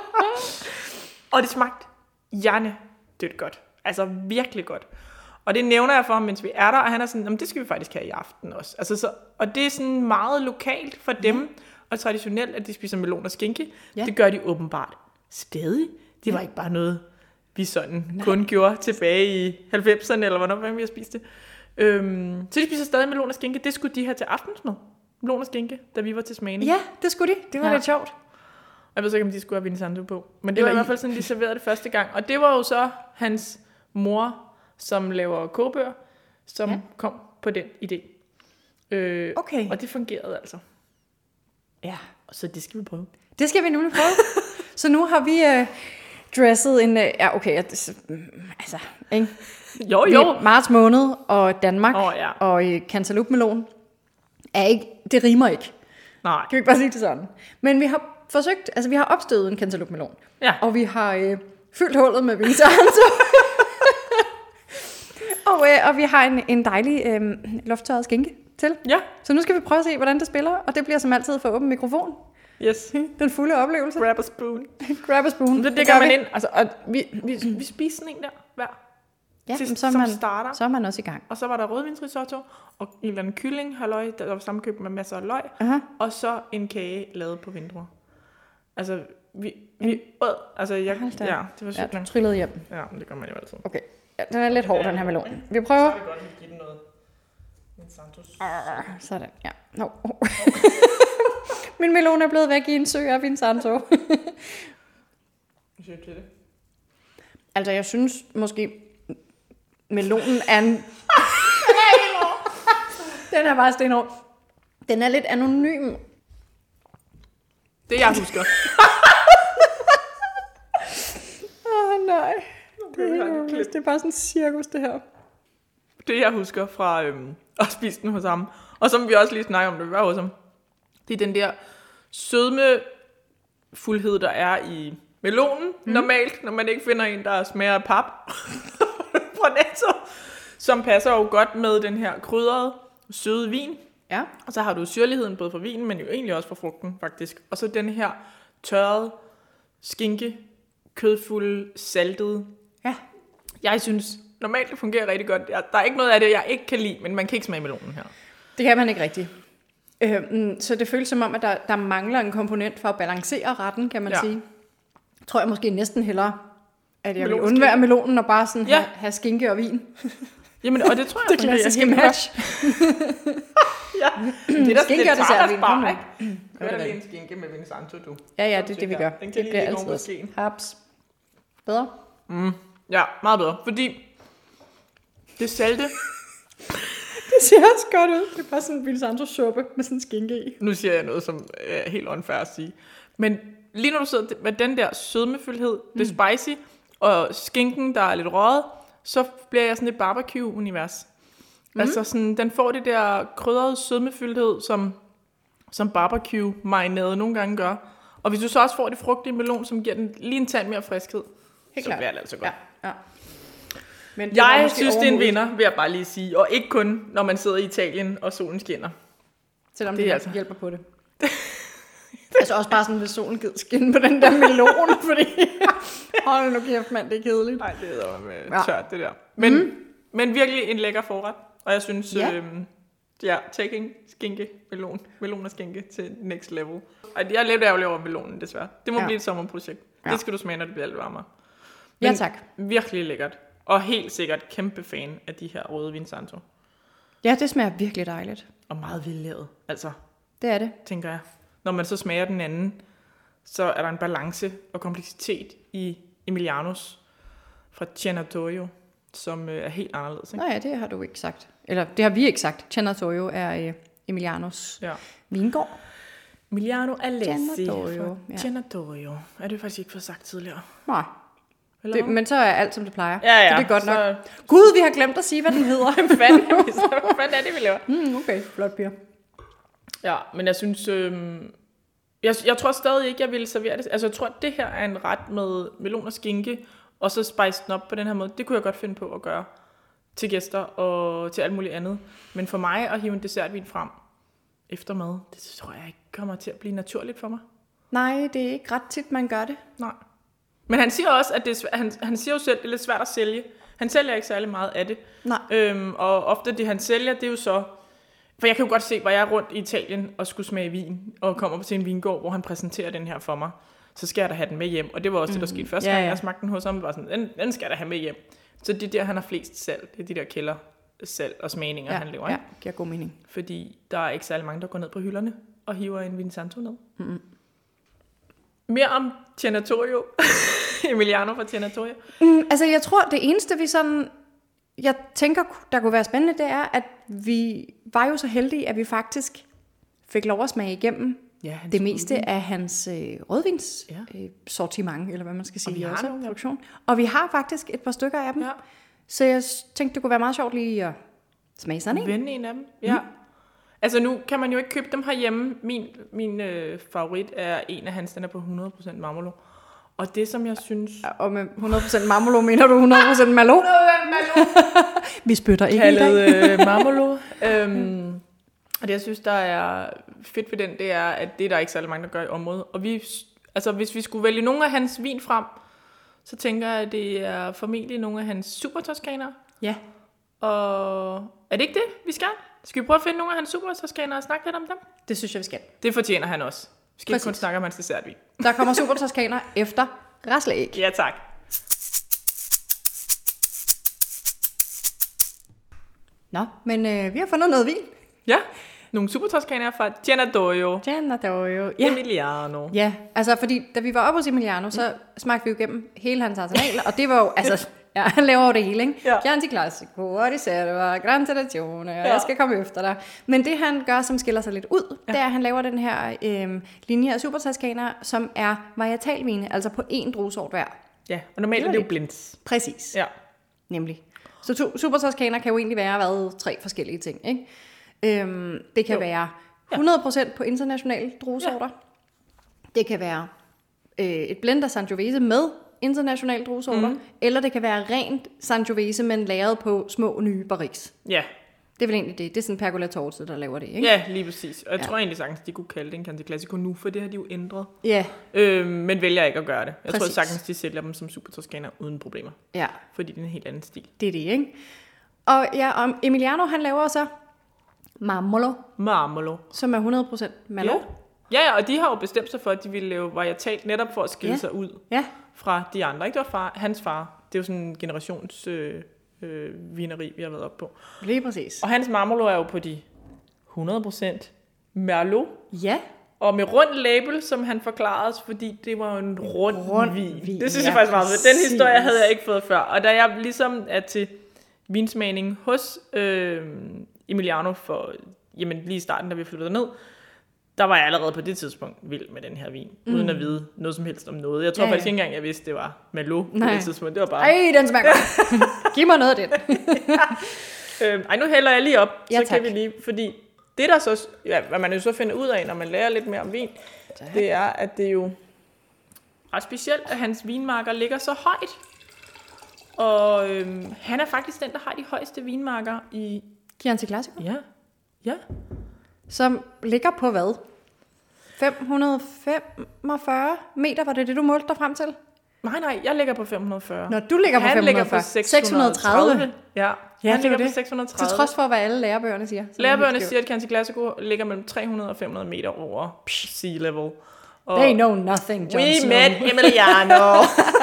Og det smagte hjernedødt godt. Altså virkelig godt. Og det nævner jeg for ham, mens vi er der, og han er sådan, det skal vi faktisk have i aften også. Altså, og det er sådan meget lokalt for dem, og traditionelt, at de spiser melon og skinke. Ja. Det gør de åbenbart stadig. Det var ikke bare noget, vi sådan kun gjorde tilbage i 90'erne, eller hvornår vi har spist det. Så de spiser stadig melon og skinke. Det skulle de have til aftensmad. Melon og skinke, da vi var til smagning. Ja, det skulle de. Det var lidt sjovt. Jeg ved så ikke, om de skulle have Vinsanto på. Men det var i hvert fald sådan, de serverede det første gang. Og det var jo så hans mor, som laver kogebøger, som kom på den idé. Okay. Og det fungerede altså. Ja. Og så det skal vi prøve. Det skal vi nemlig prøve. Så nu har vi dresset en... altså, ikke? Jo. Det er marts måned, og Danmark, og cantaloupe-melon er ikke... Det rimer ikke. Nej. Kan vi ikke bare sige det sådan? Men vi har forsøgt... Altså, vi har opstøvet en cantaloupe-melon. Ja. Og vi har fyldt hullet med Vinsanto. Og vi har en dejlig lufttørret skinke til. Ja. Så nu skal vi prøve at se, hvordan det spiller. Og det bliver som altid for åben mikrofon. Yes. Den fulde oplevelse. Grab a spoon. Grab a spoon. Det gør man ind. Altså, og vi spiser sådan en der hver. Ja, til, så er man også i gang. Og så var der rødvinsrisotto, og en eller anden kylling, halløj, der var sammenkøbt med masser af løg. Og så en kage lavet på vindruer. Altså, vi altså, det var så du trillede hjem. Ja, det gør man jo altid. Okay. Ja, den er lidt hård, den her melon. Vi prøver. Så er det godt, at vi giver den noget Vinsantos. Sådan, ja. No. Min melon er blevet væk i en sø af Vinsanto. Hvad siger du til det? Altså, jeg synes måske, melonen er en... Den er bare stenhård. Den er lidt anonym. Det jeg husker. Nej. Det er bare sådan en cirkus, det her. Det jeg husker fra at spise den hos ham, og som vi også lige snakker om, det var hos ham, det er den der sødmefuldhed, der er i melonen, normalt, når man ikke finder en, der smager af pap fra Netto, som passer jo godt med den her krydrede, søde vin. Ja. Og så har du syrligheden både fra vinen, men jo egentlig også fra frugten, faktisk. Og så den her tørrede skinke, kødfulde, saltede. Ja. Jeg synes, normalt det fungerer rigtig godt. Der er ikke noget af det, jeg ikke kan lide, men man kan ikke smage melonen her. Det kan man ikke rigtigt. Så det føles som om, at der mangler en komponent for at balancere retten, kan man sige. Tror jeg måske næsten hellere, at jeg vil undvære melonen og bare sådan have skinke og vin. Jamen, og det tror jeg, det klassiske match. Ja, det der skinke og dessertvin. Bare, ikke? Gør der lige en skinke med Vinsanto, du. Ja, det er det, vi gør. Det bliver altid også. Haps. Bedre? Ja, meget bedre. Fordi det salte... Det ser også godt ud. Det er bare sådan en Vinsanto suppe med sådan en skinke i. Nu siger jeg noget, som er helt unfair at sige. Men lige når du sidder med den der sødmefyldhed, det spicy, og skinken, der er lidt røget, så bliver jeg sådan et barbecue-univers. Altså sådan, den får det der krydrede sødmefyldhed, som barbecue-marinade nogle gange gør. Og hvis du så også får det frugtige melon, som giver den lige en tand mere friskhed, så bliver det altså godt. Ja. Men jeg synes, det er en vinder, vil jeg bare lige sige. Og ikke kun, når man sidder i Italien, og solen skinner. Selvom det altså hjælper på det. Altså også bare sådan, hvis solen gider skinne på den der melon, fordi... Hold nu kæft, mand, det er kedeligt. Nej, det er med tørt, det der. Men virkelig en lækker forret. Og jeg synes, taking skinke, melon og skinke til next level. Og jeg er lidt ærgerlig over melonen, desværre. Det må blive et sommerprojekt. Ja. Det skal du smage, når det bliver lidt varmere. Men ja, tak. Virkelig lækkert. Og helt sikkert kæmpe fan af de her røde Vinsanto. Ja, det smager virkelig dejligt. Og meget vellavet, altså. Det er det. Tænker jeg. Når man så smager den anden, så er der en balance og kompleksitet i Emilianos fra Cenatoio, som er helt anderledes. Ikke? Nå ja, det har du ikke sagt. Eller det har vi ikke sagt. Cenatoio er Emilianos vingård. Emiliano Alessi fra Cenatoio. Er det faktisk ikke for sagt tidligere? Nej. Men så er alt, som det plejer. Ja. Så det er godt nok. Gud, vi har glemt at sige, hvad den hedder. Hvad fanden er det, vi laver? Okay, flot piger. Ja, men jeg synes... Jeg tror stadig ikke, jeg ville servere det. Altså, jeg tror, at det her er en ret med melon og skinke, og så spice den op på den her måde. Det kunne jeg godt finde på at gøre til gæster og til alt muligt andet. Men for mig at hive en dessertvin frem efter mad, det tror jeg ikke kommer til at blive naturligt for mig. Nej, det er ikke ret tit, man gør det. Nej. Men han siger også, at han siger jo selv, at det er lidt svært at sælge. Han sælger ikke særlig meget af det. Nej. Og ofte det, han sælger, det er jo så... For jeg kan jo godt se, hvor jeg er rundt i Italien og skulle smage vin, og kommer til en vingård, hvor han præsenterer den her for mig. Så skal jeg da have den med hjem. Og det var også det, der skete første gang, jeg smagte den hos ham. Var sådan, den skal jeg da have med hjem. Så det er der, han har flest salg. Det er de der kældersalg og smagninger, han laver. Ja, giver god mening. Fordi der er ikke særlig mange, der går ned på hylderne og hiver en Vinsanto ned. Mm-hmm. Mere om Tiennatorio. Emiliano fra Tiennatorio. Altså, jeg tror, det eneste, jeg tænker, der kunne være spændende, det er, at vi var jo så heldige, at vi faktisk fik lov at smage igennem det meste af hans rødvins sortiment, eller hvad man skal sige, også produktion. Og vi har faktisk et par stykker af dem. Ja. Så jeg tænkte, det kunne være meget sjovt lige at smage sådan en. Vende en af dem, ja. Altså nu kan man jo ikke købe dem herhjemme. Min favorit er en af hans, den er på 100% Marmolo. Og det, som jeg synes... Og med 100% Marmolo, mener du 100% Malo? 100% Malo! Vi spytter ikke i dag. Marmolo. Og det, jeg synes, der er fedt ved den, det er, at det er der ikke særlig mange, der gør i området. Og hvis vi skulle vælge nogle af hans vin frem, så tænker jeg, at det er formentlig nogle af hans super toskanere. Ja. Og er det ikke det, vi skal? Skal vi prøve at finde nogle af hans super toskanere og snakke lidt om dem? Det synes jeg, vi skal. Det fortjener han også. Vi skal ikke kun snakke om hans dessertvin. Der kommer super toskaner efter rasleæg. Ja, tak. Nå, men vi har fundet noget vin. Ja, nogle super toskaner fra Tiennatorio. Ja. Emiliano. Ja, altså fordi da vi var oppe hos Emiliano, så smagte vi jo igennem hele hans arsenal, og det var jo, altså, han laver jo det hele, ikke? Ja. Chianti Classico, Riserva, Gran Tradizione, og jeg skal komme efter dig. Men det han gør, som skiller sig lidt ud, det er, at han laver den her linje af super toskaner, som er varietalvine, altså på én druesort hver. Ja, og normalt er det jo blinds. Præcis. Ja. Nemlig. Så super toskaner kan jo egentlig være 3 forskellige ting, ikke? Det kan være 100% på internationale druesorter. Ja. Det kan være et blend af Sangiovese med internationale druesorter, eller det kan være rent Sangiovese, men lagret på små nye barriques. Ja. Det er vel egentlig det. Det er sådan en pergolatorte, der laver det, ikke? Ja, lige præcis. Og jeg tror egentlig sagtens, de kunne kalde det en Chianti Classico nu, for det har de jo ændret. Ja. Men vælger ikke at gøre det. Jeg tror sagtens, de sælger dem som super toskaner uden problemer. Ja. Fordi det er en helt anden stil. Det er det, ikke? Og Emiliano, han laver så Marmolo. Som er 100% Malo. Ja, og de har jo bestemt sig for, at de ville lave varietalt netop for at skille sig ud fra de andre. Ikke? Det var hans far. Det er jo sådan en generations vineri, vi har været op på. Lige præcis. Og hans Marmolo er jo på de 100% Merlot. Ja. Og med rund label, som han forklarede os, fordi det var en rund vin. Det synes jeg faktisk meget fedt. Den historie havde jeg ikke fået før. Og da jeg ligesom er til vinsmagning hos Emiliano for, lige i starten, da vi flyttede ned, der var jeg allerede på det tidspunkt vild med den her vin, uden at vide noget som helst om noget. Jeg tror faktisk ikke engang, jeg vidste, det var Merlot på det tidspunkt. Det var bare... Ej, den smager godt. Giv mig noget af den. Nu hælder jeg lige op, så kan vi lige, fordi det der så, hvad man jo så finder ud af, når man lærer lidt mere om vin, det er, at det jo ret specielt, at hans vinmarker ligger så højt. Og han er faktisk den, der har de højeste vinmarker i... Chianti Classico? Ja. Som ligger på hvad? 545 meter, var det du målte dig frem til? Nej, jeg ligger på 540. Når du ligger på 540. Han ligger på 630. Ja, han ligger på 630. Til trods for, hvad alle lærebøgerne siger. Lærebøgerne siger, at Chianti Classico ligger mellem 300 og 500 meter over sea level. Og they know nothing, Jon We Snow. met Emiliano.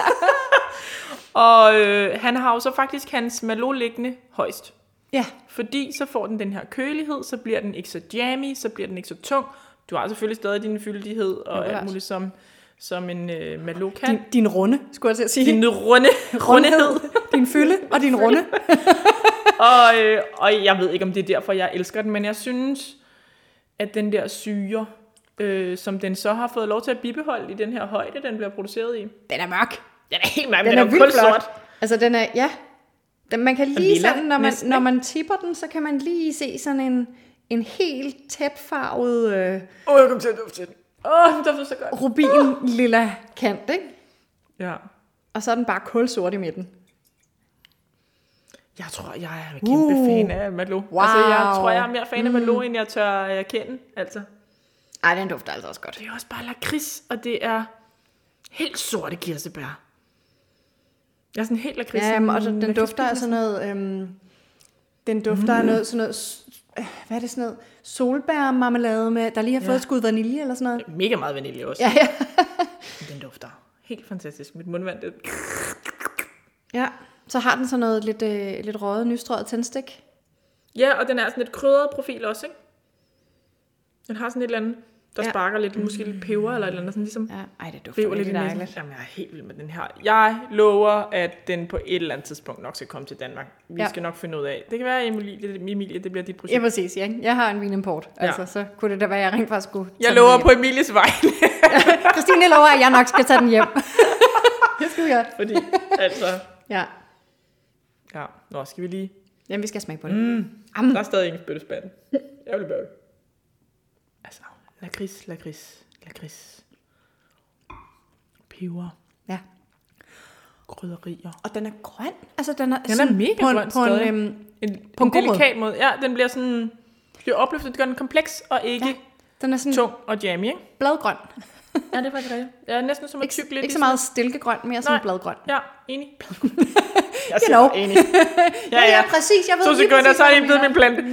Og han har jo så faktisk hans Merlot liggende højst. Ja. Fordi så får den her kølighed, så bliver den ikke så jammy, så bliver den ikke så tung. Du har selvfølgelig stadig din fyldighed og alt muligt, som en Merlot kan. Din runde, skulle jeg til at sige. Din rundehed. Din fylde og din runde. og jeg ved ikke, om det er derfor, jeg elsker den, men jeg synes, at den der syre, som den så har fået lov til at bibeholde i den her højde, den bliver produceret i. Den er mørk. Den er helt mørk, den er vildt sort. Altså den er, man kan lige lilla, sådan, når man tipper den, så kan man lige se sådan en helt tætfarvet... jeg kom til at dufte den. Den dufter så godt. Rubin-lilla kant, ikke? Ja. Og så er den bare kulsort i midten. Jeg tror, jeg er en kæmpe fan af Merlot. Wow. Altså, jeg tror, jeg er mere fan af Merlot, end jeg tør erkende. Altså. Ej, den dufter altså også godt. Det er også bare lakrids, og det er helt sorte kirsebær. Jeg er sådan helt lakrids. Ja, og den dufter af sådan noget... den dufter af noget, sådan noget... Hvad er det sådan noget? Solbærmarmelade med... Der lige har fået et skud vanilje eller sådan noget. Mega meget vanilje også. Ja. Den dufter helt fantastisk. Mit mundvand, det... Ja, så har den sådan noget lidt røget, nystrøget tændstik. Ja, og den er sådan lidt krydret profil også, ikke? Den har sådan et eller andet, der sparker lidt, måske lidt peber eller et eller andet, sådan ligesom... Ja, det dufter lidt dejligt. Jamen, jeg er helt vild med den her. Jeg lover, at den på et eller andet tidspunkt nok skal komme til Danmark. Vi skal nok finde ud af. Det kan være, Emilie, det bliver dit projekt. Ja, præcis. Ja. Jeg har en vinimport, altså, så kunne det da være, at jeg rent faktisk skulle... Jeg lover på Emilies vej. Christine lover, at jeg nok skal tage den hjem. Det skal vi gøre. Fordi, altså... Ja. Ja, nå, skal vi lige... Jamen, vi skal smage på det. Der er stadig ingen spyttespand. Jeg vil bøve. Altså, lakrids. Peber. Ja. Krydderier. Og den er grøn. Altså, den er mega grøn stadig. På en delikat måde. Ja, den bliver sådan... Bliver opløftet, det gør den kompleks og ikke den er sådan tung og jammy, ikke? Bladgrøn. Ja, det er faktisk rigtigt. Jeg er næsten som at tykke lidt. Ikke så meget stilkegrøn, mere sådan bladgrøn. Ja, enig. Jeg siger enig. Ja, præcis. Jeg ved 2 sekunder, så er jeg blevet min plante.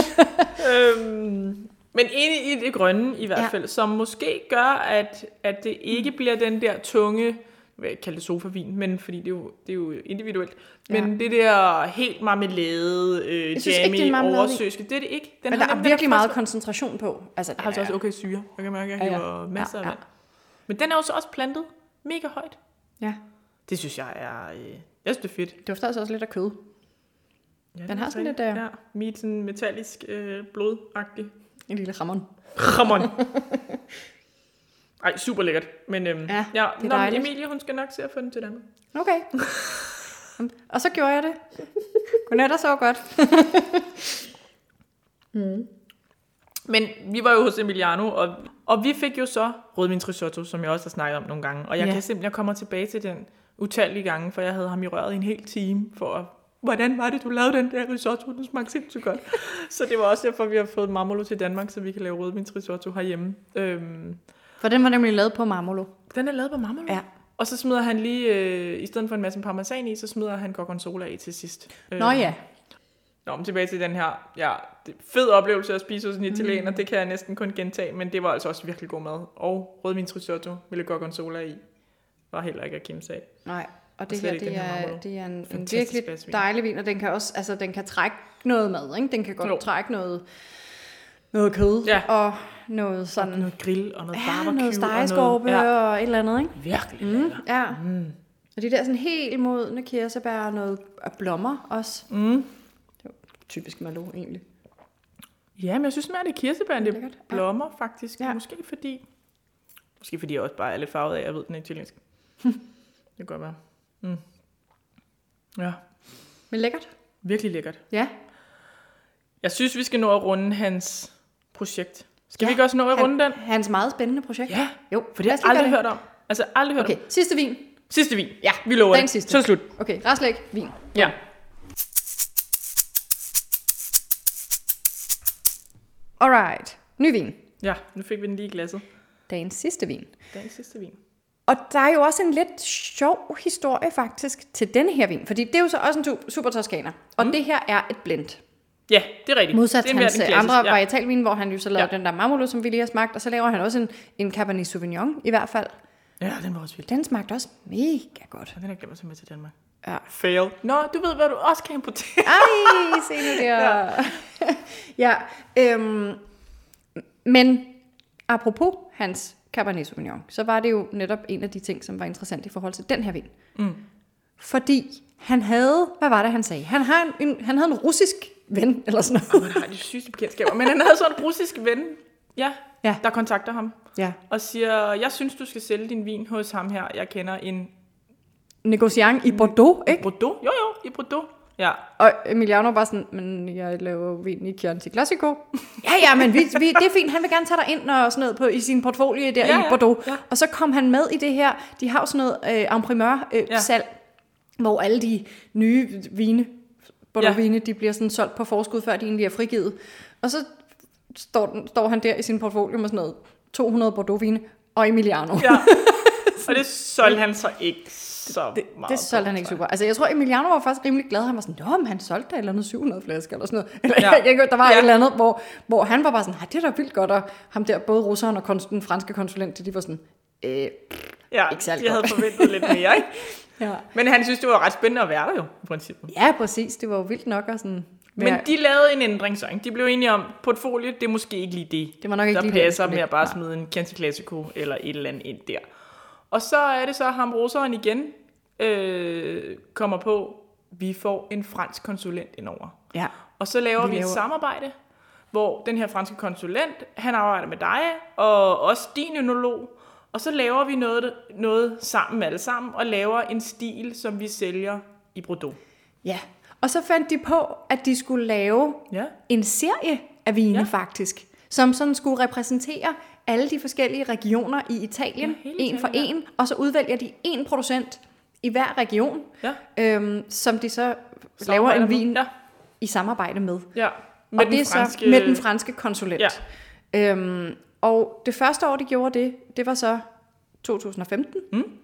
Men enig i det grønne i hvert fald, som måske gør, at det ikke bliver den der tunge, hvad jeg kalder det sofavin, men fordi det er jo individuelt, men det der helt marmelade, jammy, oversøske, det er det ikke. Men der er virkelig meget koncentration på. Altså, jeg har altså også okay syre. Jeg kan mærke, at jeg hiver masser af vand. Men den er jo så også plantet mega højt. Ja. Det synes jeg er... Jeg synes, det er fedt. Det dufter altså også lidt af kød. Ja, den har sådan lidt... Ja, mit sådan metallisk blodagtig. En lille ramon. Ej, super lækkert. Men det er dejligt. Emilie, hun skal nok se at få den til Danmark. Okay. Og så gjorde jeg det. Godnat og så godt. Men vi var jo hos Emiliano, og vi fik jo så rødvinsrisotto, som jeg også har snakket om nogle gange. Og jeg kan simpelthen komme tilbage til den utallige gange, for jeg havde ham i røret i en hel time, for hvordan var det, du lavede den der risotto? Den smagte sindssygt godt. Så det var også derfor, vi har fået Marmolo til Danmark, så vi kan lave rødvinsrisotto herhjemme. For den var nemlig lavet på Marmolo. Den er lavet på Marmolo? Ja. Og så smider han lige, i stedet for en masse parmesan i, så smider han gorgonzola i til sidst. Nå ja. Nå, men tilbage til den her, det er fed oplevelse at spise hos en italiener, det kan jeg næsten kun gentage, men det var altså også virkelig god mad. Og rødvinsrisotto med gorgonzola i, var heller ikke at kimse af. Nej, og det her, det er en virkelig dejlig vin, og den kan også, altså den kan trække noget mad, ikke? Den kan godt trække noget kød, og noget sådan... Og noget grill, og noget barbecue, noget stegeskorpe og et eller andet, ikke? Virkelig. Ja. Og de der sådan helt modne kirsebær og noget blommer også. Det var typisk Malo egentlig. Ja, men jeg synes mere, det er kirsebær, det er blommer faktisk. Ja. Måske fordi jeg også bare er lidt farvet af, jeg ved den er italiensk. Det kan godt være. Ja. Men lækkert. Virkelig lækkert. Ja. Jeg synes, vi skal nå at runde hans projekt. Skal vi ikke også nå at runde den? Hans meget spændende projekt. Ja, jo, for det har jeg aldrig hørt om. Altså aldrig hørt om. Okay, sidste vin. Sidste vin. Ja, vi lover det. Sidste. Så slut. Okay, restlæg, vin. Ja. Alright, ny vin. Ja, nu fik vi den lige i glasset. Dagens sidste vin. Og der er jo også en lidt sjov historie faktisk til denne her vin, fordi det er jo så også en super toskaner. Og det her er et blend. Ja, det er rigtigt. Modsat det er hans andre varietalvin, hvor han jo så lavede den der Marmolo, som vi lige har smagt, og så laver han også en Cabernet Sauvignon i hvert fald. Ja, den var også vild. Den smagte også mega godt. Og den har jeg glemt at med til Danmark. Ja. Fail. Nå, du ved, hvad du også kan importere. Ej, se nu der. Ja, men apropos hans Cabernet Sauvignon, så var det jo netop en af de ting, som var interessant i forhold til den her vin. Fordi han havde, hvad var det han sagde? Han havde en russisk ven, eller sådan noget. Han har de sygeste bekendtskaber, men han havde sådan en russisk ven, der kontakter ham. Ja. Og siger, jeg synes, du skal sælge din vin hos ham her. Jeg kender en... Negociant i Bordeaux, ikke? Bordeaux? Jo, i Bordeaux. Ja. Og Emiliano var sådan, men jeg laver vin i Chianti Classico. Ja, men det er fint, han vil gerne tage dig ind og sådan noget i sin portfolio der i Bordeaux. Ja. Og så kom han med i det her, de har jo sådan noget emprimeur-salg, hvor alle de nye vine, Bordeaux-vine, de bliver sådan solgt på forskud, før de egentlig er frigivet. Og så står han der i sin portfolio med sådan noget 200 Bordeaux-vine og Emiliano. Ja. Og det solgte han så ikke Det solgte han ikke super. Altså, jeg tror, Emiliano var faktisk rimelig glad. Han var sådan, men han solgte da eller noget 700 flasker eller sådan noget. Eller, der var et eller andet, hvor han var bare sådan, det er da vildt godt. Og ham der, både russeren og den franske konsulent, de var sådan, ikke særlig de havde forventet lidt mere, ikke? Ja. Men han synes, det var ret spændende at være der jo, i princippet. Ja, præcis. Det var jo vildt nok. Og sådan, men de lavede en ændring, så ikke? De blev enige om, portfolio, det er måske ikke lige det, var nok ikke der lige passer med at bare smide en Chianti Classico eller et eller andet ind der. Og så er det så, ham russeren igen kommer på, vi får en fransk konsulent indover. Ja. Og så laver vi et samarbejde, hvor den her franske konsulent, han arbejder med dig, og også din ønolog, og så laver vi noget sammen alle sammen, og laver en stil, som vi sælger i Bordeaux. Ja, og så fandt de på, at de skulle lave en serie af vine faktisk, som sådan skulle repræsentere alle de forskellige regioner i Italien, en for en, og så udvælger de en producent i hver region, som de så laver en vin i samarbejde med. Ja. Med og det er så med den franske konsulent. Ja. Og det første år, de gjorde det var så 2015.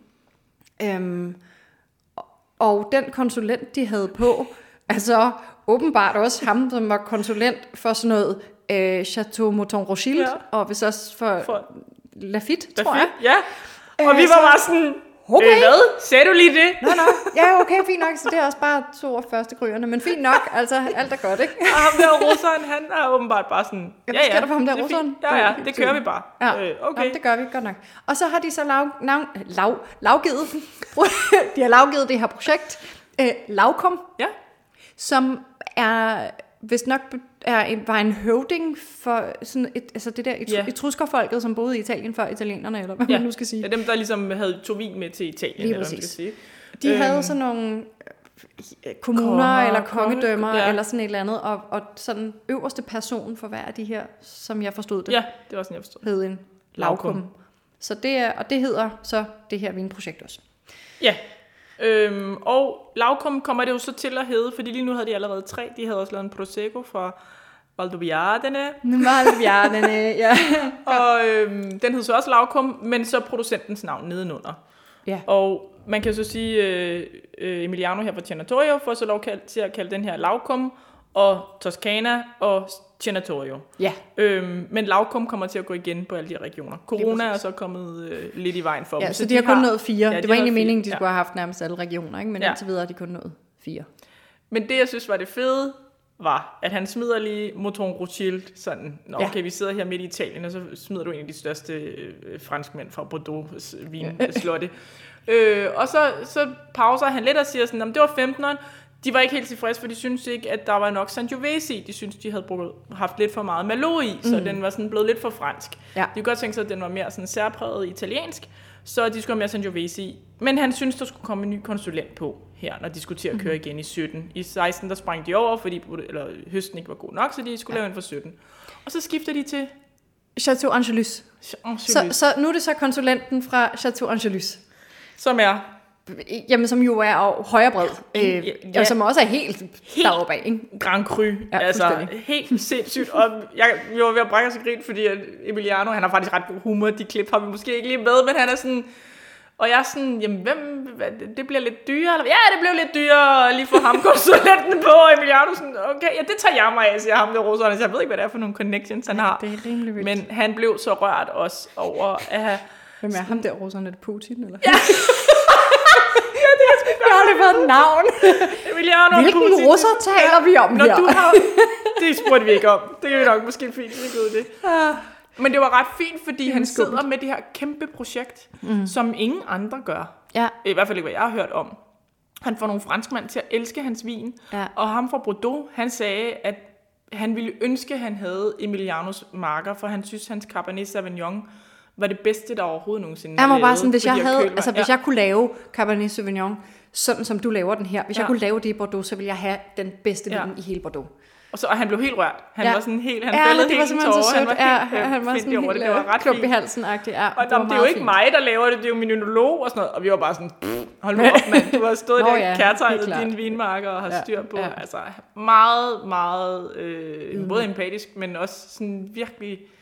Og den konsulent, de havde på, altså åbenbart også ham, som var konsulent for sådan noget Chateau Mouton Rothschild, og hvis også for Lafite, tror jeg. Ja, og vi var bare sådan, hvad? Sagde du lige det? Nå, ja, okay, fint nok, så det er også bare 2 af første kryerne, men fint nok, altså alt er godt, ikke? Og ham der russeren, han er åbenbart bare sådan, hvad sker der for ham der russeren? Ja, det kører vi bare. Ja, okay. Det gør vi godt nok. Og så har de så lavgivet det her projekt, Lavkom, som er vist nok var en høvding for sådan det der etruskerfolket, som boede i Italien før italienerne, eller hvad man nu skal sige. Ja, dem der ligesom tog vin med til Italien, eller hvad man skal sige. De havde sådan nogle kommuner eller kongedømmer eller sådan et eller andet, og sådan øverste person for hver af de her, som jeg forstod det. Ja, det var sådan jeg forstod. Hed en Lavkum. Så det hedder så det her vinprojekt også. Ja. Og Lavkum kommer det jo så til at hedde, fordi lige nu havde de allerede 3. De havde også lavet en Prosecco fra Valdobbiadene. Ja. Og den hed så også Lavkum, men så producentens navn nedenunder. Ja. Og man kan så sige, Emiliano her fra Cenatorio får så lov til at kalde den her Lavkum, og Toscana og Cenatorio. Ja. Men Lavkum kommer til at gå igen på alle de regioner. Corona er så kommet lidt i vejen for dem. Så de har kun nået 4. Ja, det var egentlig meningen, de skulle have haft nærmest alle regioner, ikke? Men indtil videre har de kun nået 4. Men det, jeg synes var det fede, var, at han smider lige Mouton Rothschild sådan, okay, vi sidder her midt i Italien, og så smider du en af de største franskmænd fra Bordeaux vinslotte. Og så pauser han lidt og siger sådan, det var 15'eren. De var ikke helt tilfredse, for de syntes ikke, at der var nok Sangiovese i. De syntes, de havde haft lidt for meget Merlot i, så den var sådan blevet lidt for fransk. Ja. De kunne godt tænke sig, at den var mere sådan særpræget italiensk, så de skulle have mere Sangiovese i. Men han syntes, der skulle komme en ny konsulent på her, når de skulle til at køre igen i 17. I 16, der sprang de over, fordi høsten ikke var god nok, så de skulle lave en for 17. Og så skifter de til Chateau Angelus. Så nu er det så konsulenten fra Chateau Angelus. Som er... Jamen, som jo er højrebred, og som også er helt deroppe af, ikke? Grand Cru, altså helt sindssygt. Og vi var ved at brække os i grin, fordi Emiliano, han har faktisk ret god humor, de klip har vi måske ikke lige med, men han er sådan, og jeg er sådan, jamen det bliver lidt dyrere, eller ja, det blev lidt dyrere, at lige få ham konsulenten på, og Emiliano sådan, okay, ja, det tager jeg mig af, siger ham der russerne, så jeg ved ikke, hvad det er for nogle connections, han har. Det er rimelig vildt. Men han blev så rørt også over at have... Hvem er ham der russerne, er det Putin, eller? Ja. Jeg har aldrig fået et navn. Hvilken russer taler vi om her? Det spurgte vi ikke om. Det er jo nok måske fint, ikke ud det. Men det var ret fint, fordi han sidder med det her kæmpe projekt, som ingen andre gør. Ja. I hvert fald ikke, hvad jeg har hørt om. Han får nogle franskmænd til at elske hans vin. Ja. Og ham fra Bordeaux, han sagde, at han ville ønske, at han havde Emilianos marker, for han synes, hans Cabernet Sauvignon var det bedste, der overhovedet nogensinde var bare sådan, hvis jeg kunne lave Cabernet Sauvignon, sådan som du laver den her, hvis jeg kunne lave det i Bordeaux, så ville jeg have den bedste vin i hele Bordeaux. Og han blev helt rørt. Han var sådan helt, han fældede helt en tårer. Han var sådan helt, det var ret klump i halsen-agtigt. Ja, og det er jo ikke mig, der laver det, det er jo min ønolog og sådan noget. Og vi var bare sådan, hold nu op, mand. Du har stået der kærtegnet dine vinmarker og har styr på. Altså meget, meget, både empatisk, men også sådan virkelig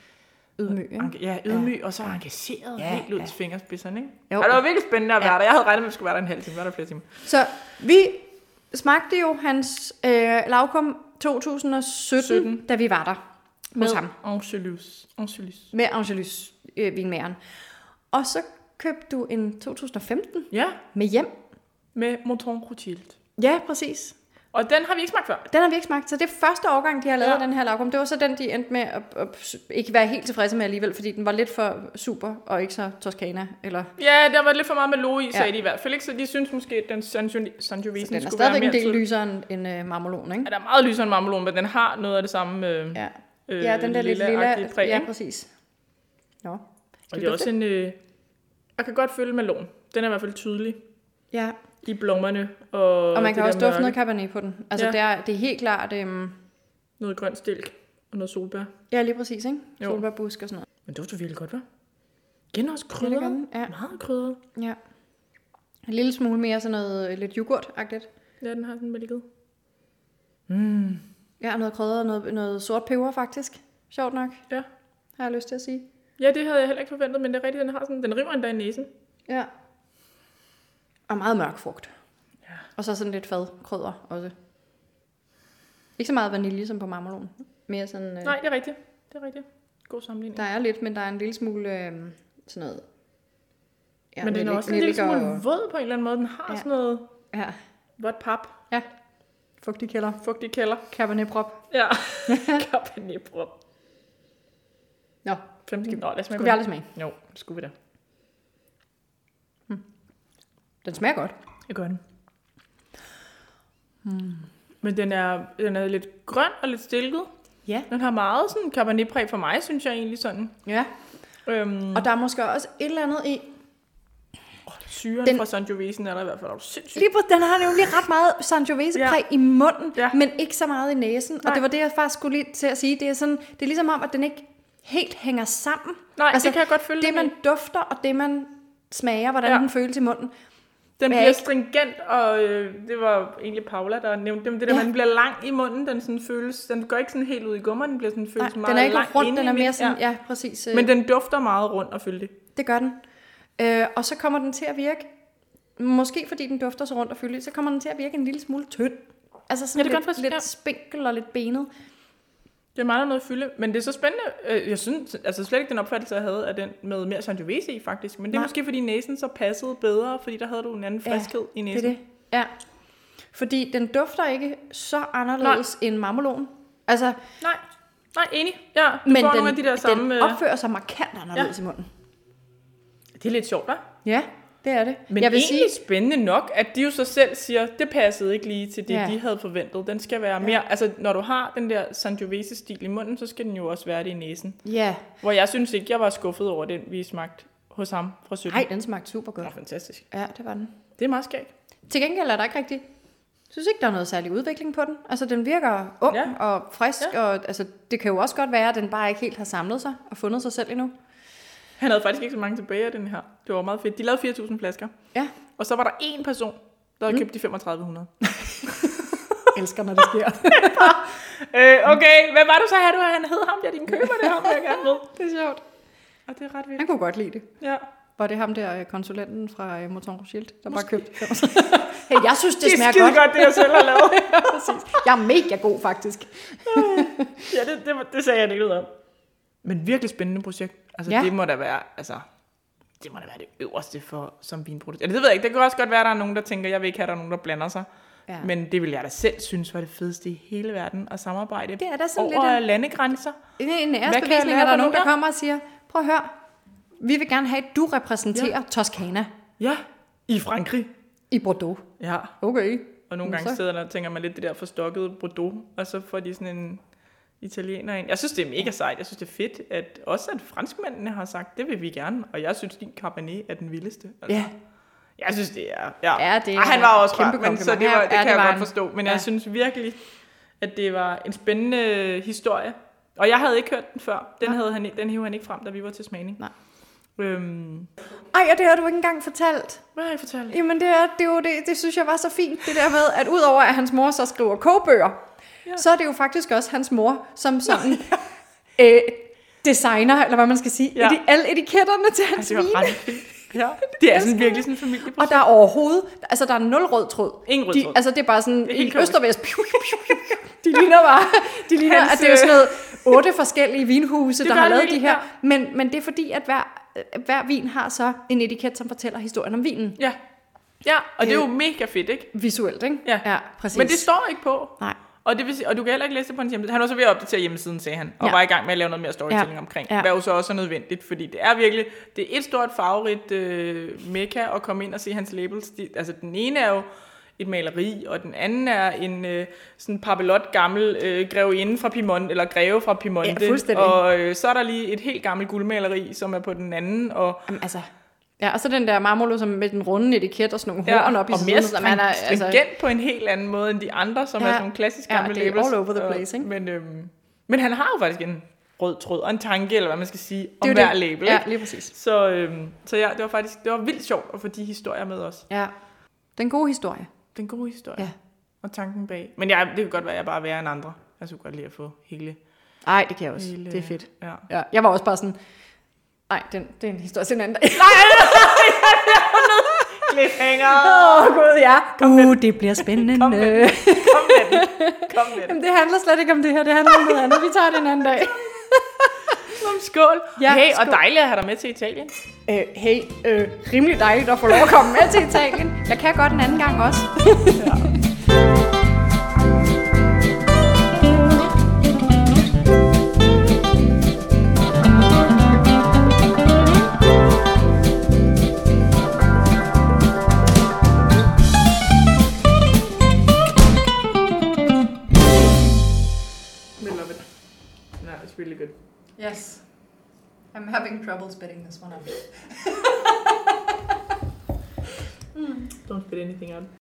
ydmyg. Ydmyg, og så engageret helt ud til fingerspidserne, ikke? Jo. Og det var virkelig spændende at være der. Jeg havde regnet med, at vi skulle være der en halv time. Var der flere timer? Så vi smagte jo hans lavkum 2017, da vi var der hos ham. Med Angelus vinmageren. Og så købte du en 2015 med hjem. Med Mouton Rothschild. Ja, præcis. Og den har vi ikke smagt før. Den har vi ikke smagt. Så det er første årgang, de har lavet den her lavkum. Det var så den, de endte med at ikke være helt tilfredse med alligevel, fordi den var lidt for super, og ikke så Toscana. Eller... Ja, der var lidt for meget Malot i, sagde de i hvert fald ikke. Så de synes måske, at den Sangiovese skulle være mere... Den er stadigvæk en del lysere end Marmelon, ikke? Ja, der er meget lysere end Marmelon, men den har noget af det samme den der lidt lilla præg. Ja, præcis. Og det er også en... jeg kan godt følge Malon. Den er i hvert fald tydelig. Ja. I blommerne. Og man kan også dufte noget cabernet på den. Altså det er helt klart... noget grønt stilk og noget solbær. Ja, lige præcis, ikke? Solbærbusk og sådan noget. Men dufter virkelig godt, hva'? Igen også krydder. Meget krydder. Ja. En lille smule mere sådan noget lidt yoghurt-agtigt. Ja, den har sådan mælket. Ja, noget krydder, noget sort peber faktisk. Sjovt nok. Ja. Har jeg lyst til at sige. Ja, det havde jeg heller ikke forventet, men det er rigtigt, den river endda i næsen. Ja. Og meget mørk frugt. Ja. Og så sådan lidt fadkrydder også. Ikke så meget vanilje som på Marmelon. Mere sådan... Nej, det er rigtigt. God sammenligning. Der er lidt, men der er en lille smule sådan noget... Ja, men den er også en lille smule våd på en eller anden måde. Den har sådan noget... Ja. Vådt pap. Ja. Fugtig kælder. Cabernet-prop. Ja. Cabernet-prop. Nå. 15. Lad os smage. Skulle vi aldrig smage? Jo, det skulle vi da. Den smager godt. Det gør den. Men den er lidt grøn og lidt stilket. Ja. Den har meget sådan cabernet-præg for mig, synes jeg egentlig sådan. Ja. Og der er måske også et eller andet i... Syren fra Sangiovesen er der i hvert fald sindssygt. Lige på, den har nemlig ret meget Sangiovese-præg i munden, men ikke så meget i næsen. Nej. Og det var det, jeg faktisk skulle lige til at sige. Det er ligesom om, at den ikke helt hænger sammen. Nej, altså, det kan jeg godt følge. Det, man dufter, og det, man smager, hvordan den føles i munden. Den bliver stringent, og det var egentlig Paula, der nævnte det der, den bliver lang i munden, den sådan føles, den går ikke sådan helt ud i gummer, den bliver sådan føles meget lang. Den er ikke rundt, den er mere sådan, præcis. Men den dufter meget rundt og fyldig. Det gør den. Og så kommer den til at virke, måske fordi den dufter så rundt og fyldig, så kommer den til at virke en lille smule tynd. Altså sådan lidt spinkel og lidt benet. Det er meget noget fylde, men det er så spændende. Jeg synes altså slet ikke den opfattelse, jeg havde af den med mere Sangiovese i faktisk. Men det er måske fordi næsen så passede bedre, fordi der havde du en anden friskhed i næsen. Det. Ja, fordi den dufter ikke så anderledes end Marmelon. Altså, nej, enig. Ja, men får nogle af de der samme... den opfører sig markant anderledes i munden. Det er lidt sjovt, hva'? Ja, det er det. Men jeg vil egentlig spændende nok, at de jo så selv siger, det passede ikke lige til det, de havde forventet. Den skal være mere... Altså, når du har den der Sangiovese-stil i munden, så skal den jo også være det i næsen. Ja. Hvor jeg synes ikke, jeg var skuffet over den, vi smagte hos ham fra 17. Nej, den smagte super godt. Det var fantastisk. Ja, det var den. Det er meget skægt. Til gengæld er der ikke rigtig... Jeg synes ikke, der er noget særlig udvikling på den. Altså, den virker ung og frisk, og altså, det kan jo også godt være, at den bare ikke helt har samlet sig og fundet sig selv endnu. Han havde faktisk ikke så mange tilbage af den her. Det var meget fedt. De lavede 4.000 flasker. Ja. Og så var der én person, der havde købt de 3.500. Elsker, når det sker. Okay, hvad var du så her? Han hed ham der, din køber, det ham, jeg gerne ved. Det er sjovt. Og det er ret vildt. Han kunne godt lide det. Ja. Var det ham der, konsulenten fra Mouton Rothschild, der bare købte? Hey, jeg synes, det smager godt. Det er godt, det jeg selv har lavet. Præcis. Jeg er mega god, faktisk. Ja, det sagde jeg ikke ud om. Men virkelig spændende projekt. Altså, det må da være, det øverste for som vinproducent. Det ved jeg ikke. Det kan også godt være, at der er nogen, der tænker, jeg vil ikke have, der er nogen, der blander sig. Ja. Men det vil jeg da selv synes var det fedeste i hele verden at samarbejde det er da sådan over lidt landegrænser. En æresbevisning, er der nogen, der kommer og siger, prøv at høre, vi vil gerne have, at du repræsenterer Toscana. Ja, i Frankrig. I Bordeaux. Ja. Okay. Og nogle gange sidder der og tænker man lidt det der forstokkede Bordeaux, og så får de sådan en italiener ind. Jeg synes, det er mega sejt. Jeg synes, det er fedt, at også at franskmændene har sagt, det vil vi gerne. Og jeg synes, din Cabernet er den vildeste. Altså. Ja. Jeg synes, det er... Ja, det er han var også kæmpe men så det kan jeg godt forstå. Men jeg synes virkelig, at det var en spændende historie. Og jeg havde ikke hørt den før. Den hævde han ikke frem, da vi var til smagning. Nej. Ej, og det har du ikke engang fortalt. Hvad har jeg fortalt? Jamen, det synes jeg var så fint, det der med, at udover at hans mor så skriver kogebøger, så er det jo faktisk også hans mor, som sådan designer, eller hvad man skal sige, alle etiketterne til hans vin. Ja, det er sådan virkelig sådan en familieprojekt. Og der er overhovedet, altså der er 0 rød tråd. Ingen rød tråd. Altså det er bare sådan i øst og vest. De ligner at det er jo sådan noget 8 forskellige vinhuse, der har lavet de her. Men det er fordi, at hver vin har så en etiket, som fortæller historien om vinen. Ja, og det er jo mega fedt, ikke? Visuelt, ikke? Ja, præcis. Men det står ikke på. Nej. Og det vil sige, og du kan heller ikke læse det på en hjemmeside. Han var så ved at opdatere hjemmesiden, sagde han, og var i gang med at lave noget mere storytelling omkring. Hvad jo så også er nødvendigt, fordi det er virkelig, det er et stort farverigt mekka at komme ind og se hans labels. Altså den ene er jo et maleri, og den anden er en sådan papelot gammel grevinde fra Piemonte, eller greve fra Piemonte. Ja, og så er der lige et helt gammelt guldmaleri, som er på den anden. Og ja, og så den der marmorløv, som med den runde etiket og sådan nogle horn op i siden. Og mere stringent på en helt anden måde end de andre, som er sådan nogle klassiske gamle labels. Ja, all over the place, ikke? Men han har jo faktisk en rød tråd og en tanke, eller hvad man skal sige, om hver label. Ja, lige præcis. Så ja, det var vildt sjovt at få de historier med os. Ja, den gode historie. Den gode historie. Ja. Og tanken bag. Men det kan godt være, at jeg bare er værre end andre. Jeg skulle godt lide at få hele... Nej, det kan jeg også. Det er fedt. Ja. Jeg var også bare sådan... Nej, det er en historie til en anden dag. Cliffhanger. Gud, ja. Det bliver spændende. Kom med den. Jamen, det handler slet ikke om det her. Det handler om noget andet. Vi tager det en anden dag. Skål. Ja, hey, skål. Og dejligt at have dig med til Italien. Rimelig dejligt at få lov at komme med til Italien. Jeg kan godt en anden gang også. It's really good. Yes. I'm having trouble spitting this one out. Don't spit anything out.